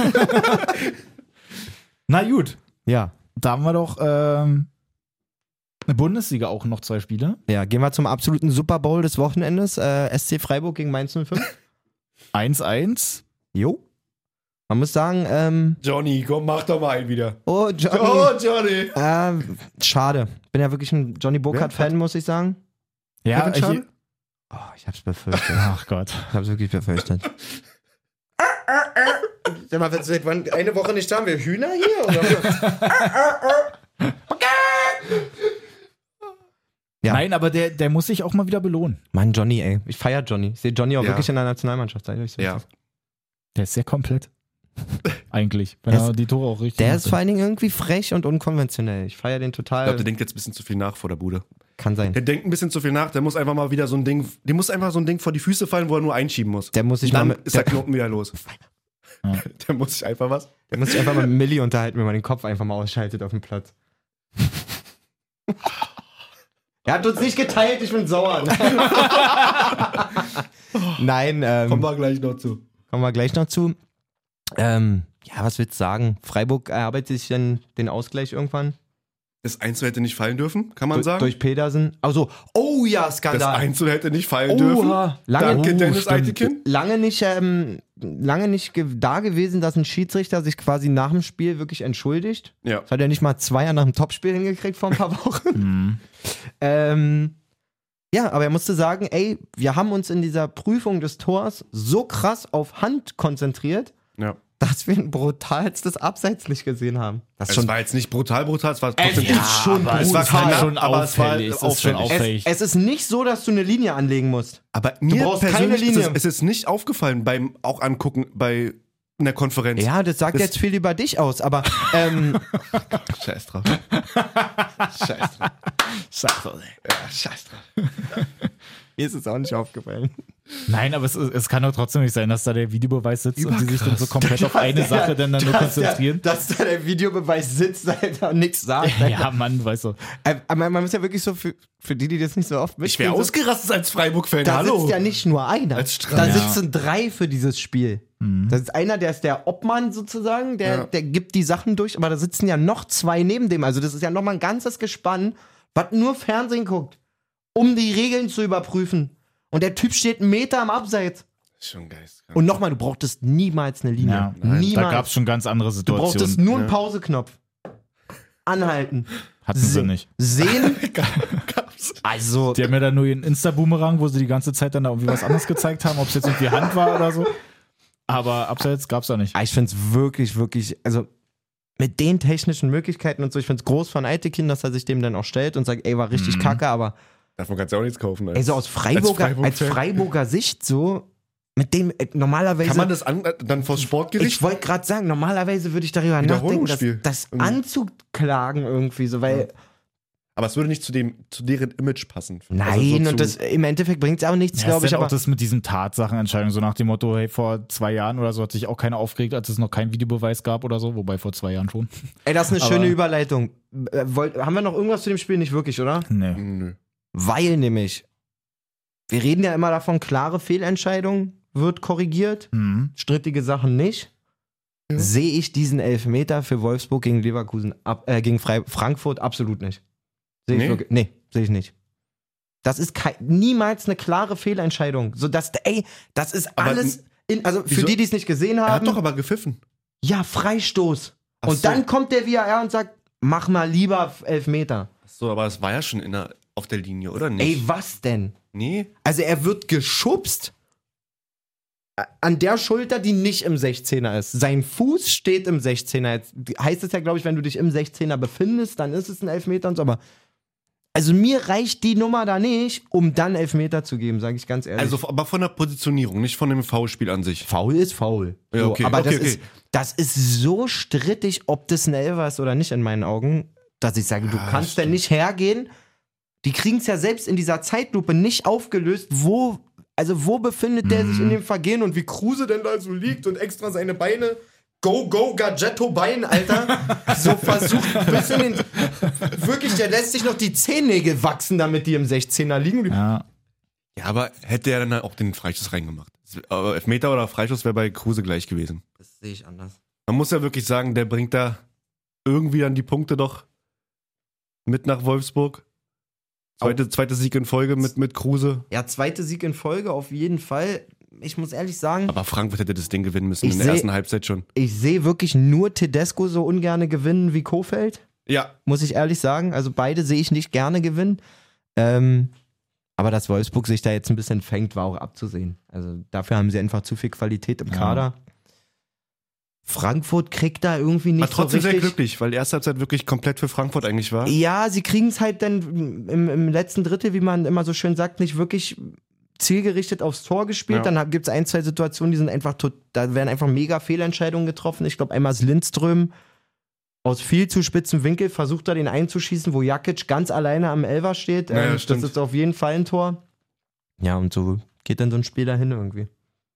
Na gut, Ja. da haben wir doch eine Bundesliga auch noch 2 Spiele. Ja, gehen wir zum absoluten Super Bowl des Wochenendes. SC Freiburg gegen Mainz 05. 1-1. Jo. Man muss sagen, Johnny, komm, mach doch mal einen wieder. oh, Johnny. Oh, Johnny. Schade. Bin ja wirklich ein Johnny Burkhardt-Fan, muss ich sagen. Ja, Kevin Schade? Oh, ich hab's befürchtet. ach Gott. Ich hab's wirklich befürchtet. Sag mal, seit wann eine Woche nicht da? Haben wir Hühner hier? Oder? Ja. Nein, aber der muss sich auch mal wieder belohnen. Mann, Johnny, ey. Ich feier Johnny. Ich sehe Johnny auch Ja. wirklich in der Nationalmannschaft. Sag ich euch so. Ja. Der ist sehr komplett. Eigentlich. Wenn Der er ist- die Tore auch richtig Der macht. ist vor allen Dingen irgendwie frech und unkonventionell. Ich feier den Ich total. glaube, der denkt jetzt ein bisschen zu viel nach vor der Bude. Kann sein. Der denkt ein bisschen zu viel nach, der muss einfach mal wieder so ein Ding, dem muss einfach so ein Ding vor die Füße fallen, wo er nur einschieben muss. Der muss sich Dann mal mit, ist der Knoten wieder los. Ja. Der muss sich einfach was. der muss sich einfach mal mit Milli unterhalten, wenn man den Kopf einfach mal ausschaltet auf dem Platz. Er hat uns nicht geteilt, ich bin sauer. Nein, Kommen wir gleich noch zu. kommen wir gleich noch zu. Was willst du sagen? Freiburg erarbeitet sich dann den Ausgleich irgendwann? Das 1 hätte nicht fallen dürfen, kann man sagen. Durch Pedersen. Also, Das Skandal. 1 hätte nicht fallen dürfen. Danke, Dennis Eitekin. Lange nicht da gewesen, dass ein Schiedsrichter sich quasi nach dem Spiel wirklich entschuldigt. Ja. Das hat er nicht mal 2 Jahre nach dem Topspiel hingekriegt vor ein paar Wochen. Aber er musste sagen, wir haben uns in dieser Prüfung des Tors so krass auf Hand konzentriert, dass wir ein brutalstes Abseits nicht gesehen haben. Es war jetzt nicht brutal, es war trotzdem es war schon auffällig. Es ist nicht so, dass du eine Linie anlegen musst. Aber mir brauchst persönlich keine Linie. ist es nicht aufgefallen beim auch angucken bei einer Konferenz. Ja, das sagt jetzt viel über dich aus, aber Scheiß drauf. Scheiß drauf. mir ist es auch nicht aufgefallen. Nein, aber es kann doch trotzdem nicht sein, dass da der Videobeweis sitzt und die sich dann so komplett auf eine Sache dann nur konzentrieren. Dass da der Videobeweis sitzt, Alter, und nichts sagt. Ja, Mann, weißt du. Aber man muss ja wirklich so, für die das nicht so oft Ich wäre mitspielen, ausgerastet als Freiburg-Fan. da Hallo. sitzt ja nicht nur einer. Als Da Strand. sitzen 3 für dieses Spiel. Das ist einer, der ist der Obmann sozusagen, der gibt die Sachen durch, aber da sitzen ja noch 2 neben dem. Also das ist ja nochmal ein ganzes Gespann, was nur Fernsehen guckt, um die Regeln zu überprüfen. Und der Typ steht 1 Meter am Abseits. Schon geistkrank. Und nochmal, du brauchtest niemals eine Linie. Ja, Niemals. da gab es schon ganz andere Du Situationen. brauchtest nur einen Pauseknopf. Anhalten. Hatten sie nicht. Sehen. Also, Die haben ja dann nur ihren Insta-Boomerang, wo sie die ganze Zeit dann da irgendwie was anderes gezeigt haben, ob es jetzt irgendwie Hand war oder so. Aber Abseits gab's da nicht. ich finde es wirklich, wirklich, also mit den technischen Möglichkeiten und so, ich finde es groß von Eitekin, dass er sich dem dann auch stellt und sagt, war richtig kacke, aber Davon kannst du auch nichts kaufen. so aus Freiburger Sicht so, mit dem normalerweise... Kann man das dann vors Sportgericht? Ich wollte gerade sagen, normalerweise würde ich darüber nachdenken, Wiederholungsspiel. das anzuklagen irgendwie so, weil... Aber es würde nicht zu deren Image passen. Nein, Also und das im Endeffekt bringt es auch nichts, Ja, glaube ist ich. dann Aber auch das mit diesen Tatsachenentscheidungen, so nach dem Motto, hey, vor 2 Jahren oder so hat sich auch keiner aufgeregt, als es noch keinen Videobeweis gab oder so, wobei vor 2 Jahren schon. das ist eine Aber- schöne Überleitung. Haben wir noch irgendwas zu dem Spiel? Nicht wirklich, oder? Nee. Nö. Weil nämlich, wir reden ja immer davon, klare Fehlentscheidung wird korrigiert, strittige Sachen nicht. Ja. Sehe ich diesen Elfmeter für Wolfsburg gegen Leverkusen, gegen Frankfurt absolut nicht. Sehe ich Nee? wirklich? Nee, sehe ich nicht. Das ist niemals eine klare Fehlentscheidung. So dass, das ist Aber alles, also für wieso? die es nicht gesehen Er hat haben, doch aber gepfiffen. ja, Freistoß. Ach Und so. dann kommt der VAR und sagt, mach mal lieber Elfmeter. So, aber es war ja schon auf der Linie, oder nicht? Was denn? Nee. Also er wird geschubst an der Schulter, die nicht im 16er ist. Sein Fuß steht im 16er. Jetzt heißt es ja, glaube ich, wenn du dich im 16er befindest, dann ist es ein Elfmeter und so. Aber also mir reicht die Nummer da nicht, um dann Elfmeter zu geben, sage ich ganz ehrlich. Also, aber von der Positionierung, nicht von dem Foulspiel an sich. faul ist faul. Ja, So, okay, aber okay. das ist so strittig, ob das ein Elfer ist oder nicht in meinen Augen, dass ich sage, du kannst denn nicht hergehen. Die kriegen es ja selbst in dieser Zeitlupe nicht aufgelöst, wo befindet der sich in dem Vergehen und wie Kruse denn da so liegt und extra seine Beine, Gadgetto-Bein, Alter, so versucht bis in den, wirklich, der lässt sich noch die Zehennägel wachsen, damit die im 16er liegen. Ja. Ja, aber hätte er dann auch den Freischuss reingemacht. Aber Elfmeter oder Freischuss wäre bei Kruse gleich gewesen. Das sehe ich anders. Man muss ja wirklich sagen, der bringt da irgendwie dann die Punkte doch mit nach Wolfsburg. Zweite Sieg in Folge mit Kruse. Ja, 2. Sieg in Folge auf jeden Fall. Ich muss ehrlich sagen, Aber Frankfurt hätte das Ding gewinnen müssen Ich in der seh- ersten Halbzeit schon. ich sehe wirklich nur Tedesco so ungerne gewinnen wie Kofeld, Ja, muss ich ehrlich sagen. Also beide sehe ich nicht gerne gewinnen. Aber dass Wolfsburg sich da jetzt ein bisschen fängt, war auch abzusehen. Also dafür haben sie einfach zu viel Qualität im Kader. Frankfurt kriegt da irgendwie nicht war trotzdem so sehr richtig. glücklich, weil die erste Halbzeit wirklich komplett für Frankfurt eigentlich war. Ja, sie kriegen es halt dann im letzten Drittel, wie man immer so schön sagt, nicht wirklich zielgerichtet aufs Tor gespielt. Ja. Dann gibt es 1, 2 Situationen, die sind einfach da werden einfach mega Fehlentscheidungen getroffen. Ich glaube, einmal ist Lindström aus viel zu spitzem Winkel versucht er den einzuschießen, wo Jakic ganz alleine am Elfer steht. Ja, Das stimmt. ist auf jeden Fall ein Tor. Ja, und so geht dann so ein Spiel dahin irgendwie.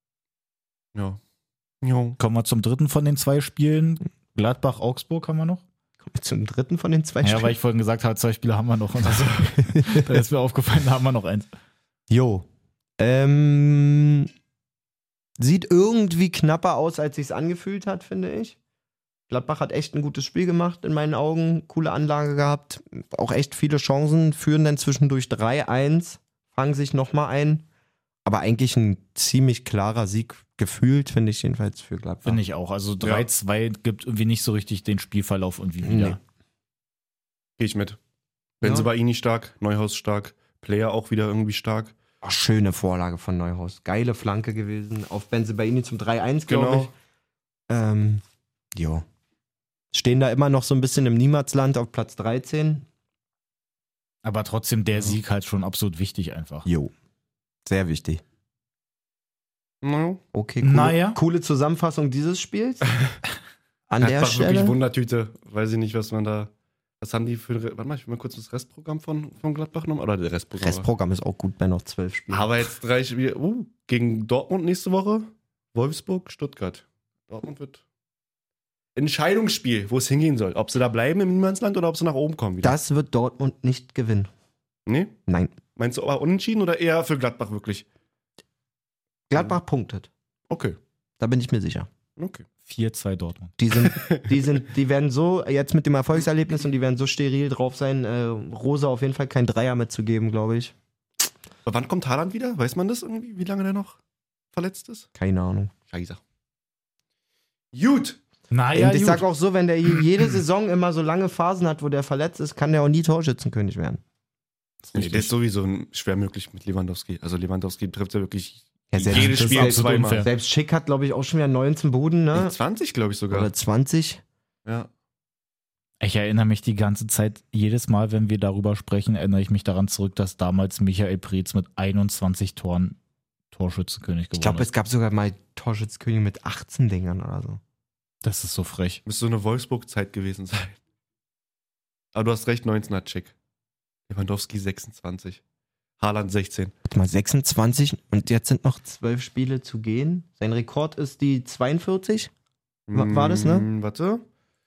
Ja. Jo. Kommen wir zum dritten von den 2 Spielen. Gladbach-Augsburg haben wir noch. Kommen wir zum dritten von den 2 Ja, Spielen. weil ich vorhin gesagt habe, 2 Spiele haben wir noch. Und also, da ist mir aufgefallen, da haben wir noch eins. Jo. Sieht irgendwie knapper aus, als sich's angefühlt hat, finde ich. Gladbach hat echt ein gutes Spiel gemacht, in meinen Augen. Coole Anlage gehabt. Auch echt viele Chancen. Führen dann zwischendurch 3-1. Fangen sich nochmal ein. Aber eigentlich ein ziemlich klarer Sieg gefühlt, finde ich jedenfalls für Gladbach. Finde ich auch. Also 3-2 gibt irgendwie nicht so richtig den Spielverlauf irgendwie wieder. Nee. Gehe ich mit. Bensebaini stark, Neuhaus stark, Player auch wieder irgendwie stark. Ach, schöne Vorlage von Neuhaus. Geile Flanke gewesen. Auf Bensebaini zum 3-1, glaube ich. Jo. Stehen da immer noch so ein bisschen im Niemandsland auf Platz 13. Aber trotzdem der Sieg halt schon absolut wichtig einfach. Jo. Sehr wichtig. No. Okay, coole Zusammenfassung dieses Spiels. An der Gladbach wirklich Stelle. Wundertüte. Weiß ich nicht, was haben die für, warte mal, ich will mal kurz das Restprogramm von Gladbach nochmal, oder der Restprogramm. Restprogramm ist auch gut bei noch 12 Spielen. Aber jetzt 3 Spiele, gegen Dortmund nächste Woche, Wolfsburg, Stuttgart. Dortmund wird Entscheidungsspiel, wo es hingehen soll. Ob sie da bleiben im Niemandsland oder ob sie nach oben kommen wieder. Das wird Dortmund nicht gewinnen. Nee? Nein. Meinst du aber unentschieden oder eher für Gladbach wirklich? Gladbach punktet. Okay. Da bin ich mir sicher. Okay. 4-2 Dortmund. Die werden so, jetzt mit dem Erfolgserlebnis und die werden so steril drauf sein, Rose auf jeden Fall kein Dreier mitzugeben, glaube ich. Aber wann kommt Haaland wieder? Weiß man das irgendwie, wie lange der noch verletzt ist? Keine Ahnung. Scheiße. Gut. Naja, Und ich sag auch so, wenn der jede Saison immer so lange Phasen hat, wo der verletzt ist, kann der auch nie Torschützenkönig werden. Nee, der ist sowieso schwer möglich mit Lewandowski. Also Lewandowski trifft ja wirklich Ja, jedes das ist Spiel absolut zweimal. unfair. Selbst Schick hat, glaube ich, auch schon wieder 19 Buden, ne? 20, glaube ich sogar. Oder 20. Ja. Ich erinnere mich die ganze Zeit, jedes Mal, wenn wir darüber sprechen, erinnere ich mich daran zurück, dass damals Michael Preetz mit 21 Toren Torschützenkönig Ich geworden glaube, ist. es gab sogar mal Torschützenkönig mit 18 Dingern oder so. Das ist so frech. Müsste so eine Wolfsburg-Zeit gewesen sein. Aber du hast recht, 19 hat Schick. Lewandowski 26. Haaland 16. Warte mal, 26 und jetzt sind noch 12 Spiele zu gehen. Sein Rekord ist die 42. War das, ne? Warte.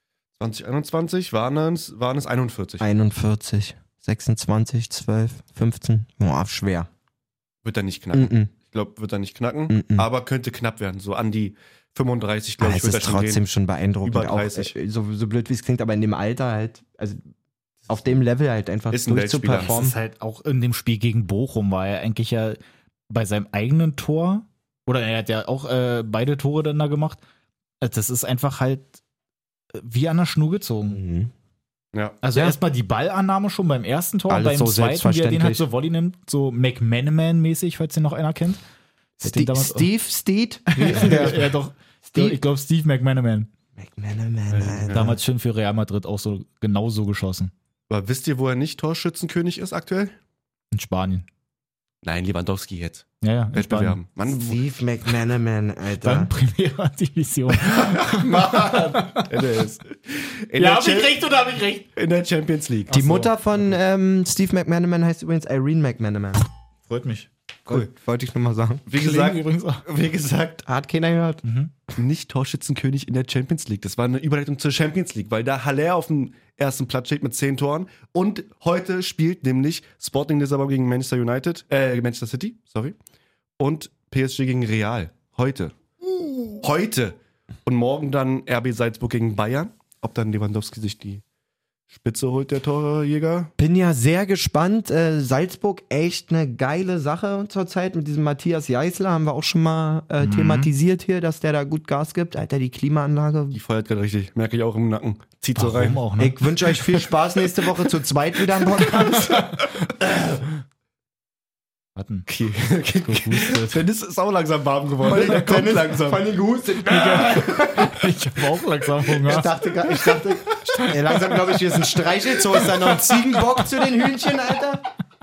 2021 waren es 41. 41, 26, 12, 15. Boah, schwer. Wird er nicht knacken. Mhm. Ich glaube, wird er nicht knacken. Mhm. Aber könnte knapp werden. So an die 35, Aber glaube ich, es wird er ist schon trotzdem gehen. schon beeindruckend. Über 30. Auch, so blöd wie es klingt, aber in dem Alter halt, also auf dem Level halt einfach Ist ein Weltspieler. Das durchzuperformen. ist halt auch in dem Spiel gegen Bochum war er eigentlich ja bei seinem eigenen Tor, oder er hat ja auch beide Tore dann da gemacht. Das ist einfach halt wie an der Schnur gezogen. Mhm. Ja. Also Ja. erstmal die Ballannahme schon beim ersten Tor, Alles beim so zweiten, wie er den halt selbstverständlich. so Volley nimmt, so McManaman-mäßig, falls den noch einer kennt. Der hat den damals auch- Steve? Wie ist denn der? Ja, doch. Steve? Ich glaube, Steve McManaman. McManaman, Alter. Damals schon für Real Madrid auch so genauso geschossen. Aber wisst ihr, wo er nicht Torschützenkönig ist aktuell? In Spanien. Nein, Lewandowski jetzt. Ja, in Spanien. Wettbewerben. Mann, Steve McManaman, Beim Alter. Primera Division. Mann. Der ist. In der oder hab ich recht? In der Champions League. Die Mutter von Steve McManaman heißt übrigens Irene McManaman. Freut mich. Cool. Wollte ich nur mal sagen. Wie gesagt, übrigens auch. Hat keiner gehört. nicht Torschützenkönig in der Champions League. Das war eine Überleitung zur Champions League, weil da Haller auf dem ersten Platz steht mit 10 Toren. Und heute spielt nämlich Sporting Lissabon gegen Manchester City, sorry. Und PSG gegen Real. Heute. Heute. Und morgen dann RB Salzburg gegen Bayern. Ob dann Lewandowski sich die Spitze holt, der Torjäger. Bin ja sehr gespannt. Salzburg, echt eine geile Sache zurzeit mit diesem Matthias Jeißler. Haben wir auch schon mal thematisiert hier, dass der da gut Gas gibt. Alter, die Klimaanlage. Die feuert gerade richtig. Merke ich auch im Nacken. Zieht so rein. Warum auch, ne? Ich wünsche euch viel Spaß nächste Woche zu zweit wieder im Podcast. Warten. Okay. Dennis ist auch langsam warm geworden. Der kommt langsam. gehustet. Ich habe auch langsam Hunger. Ich dachte, langsam glaube ich, hier ist ein Streichelzoo. Ist da noch ein Ziegenbock zu den Hühnchen, Alter?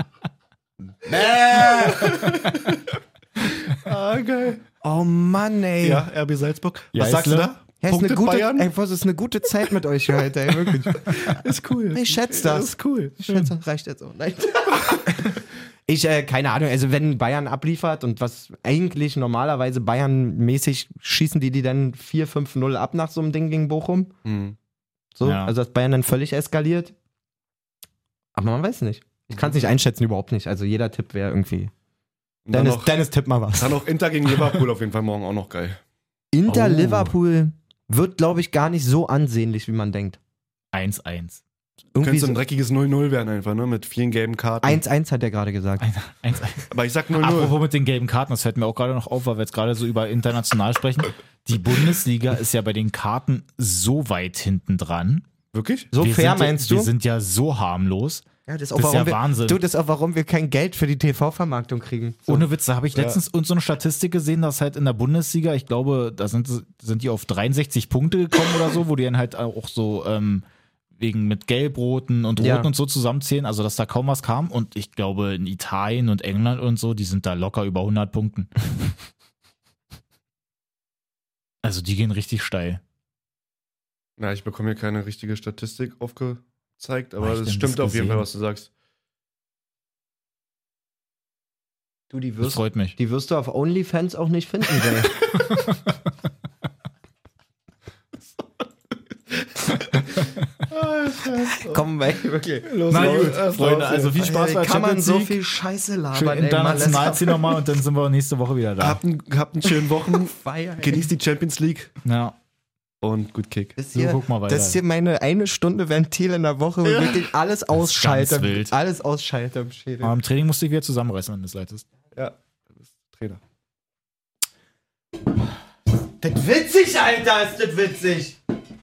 Geil. Oh Mann, ey. Ja, RB Salzburg. Was Jeißler? sagst du da? Ja, ist eine Punkte gute, Bayern? ey, was ist eine gute Zeit mit euch heute, ey, wirklich. Ist cool. Ich schätze das. ist cool. Ich schätze, das reicht jetzt auch. Nein. Keine Ahnung, also wenn Bayern abliefert und was eigentlich normalerweise Bayern-mäßig schießen die dann 4-5-0 ab nach so einem Ding gegen Bochum. Hm. So, Ja. also dass Bayern dann völlig eskaliert. Aber man weiß nicht. Ich kann es nicht einschätzen, überhaupt nicht. Also jeder Tipp wäre irgendwie Und dann Dennis, tipp mal was. Dann auch Inter gegen Liverpool auf jeden Fall morgen auch noch geil. Inter-Liverpool wird, glaube ich, gar nicht so ansehnlich, wie man denkt. 1-1. Könnte so ein dreckiges 0-0 werden einfach, ne? Mit vielen gelben Karten. 1-1 hat er gerade gesagt. 1-1. Aber ich sag 0-0. Apropos mit den gelben Karten, das fällt mir auch gerade noch auf, weil wir jetzt gerade so über international sprechen. Die Bundesliga ist ja bei den Karten so weit hinten dran. Wirklich? So Wir fair sind, meinst du? Wir sind ja so harmlos. Ja, das ist, Das ist ja Wahnsinn. das ist auch, warum wir kein Geld für die TV-Vermarktung kriegen. So. Ohne Witz, da habe ich letztens so eine Statistik gesehen, dass halt in der Bundesliga, ich glaube, da sind die auf 63 Punkte gekommen oder so, wo die dann halt auch so wegen mit Gelb-Roten und Roten und so zusammenzählen, also dass da kaum was kam. Und ich glaube, in Italien und England und so, die sind da locker über 100 Punkten. Also die gehen richtig steil. Na, ich bekomme hier keine richtige Statistik aufgezeigt, aber ich es denn stimmt das auf jeden Fall, gesehen? was du sagst. Du, Das freut mich. die wirst du auf OnlyFans auch nicht finden, Jay. Komm, wirklich. Los, Na los. gut, Freunde, also viel Spaß bei Kann man Champions so League. viel Scheiße Schön labern, international ziehen nochmal und dann sind wir nächste Woche wieder da. Habt einen schönen Wochen. Feier, ey. Genießt die Champions League Ja, und gut Kick. Das so, hier, guck mal weiter. das ist hier meine 1 Stunde Ventil in der Woche, wo ich wirklich alles ausschalte. ganz wild. Alles ausschalte im Schädel. Aber im Training musste ich wieder zusammenreißen, wenn du es leitest. Ja, du bist Trainer. Das ist witzig, Alter, ist das witzig.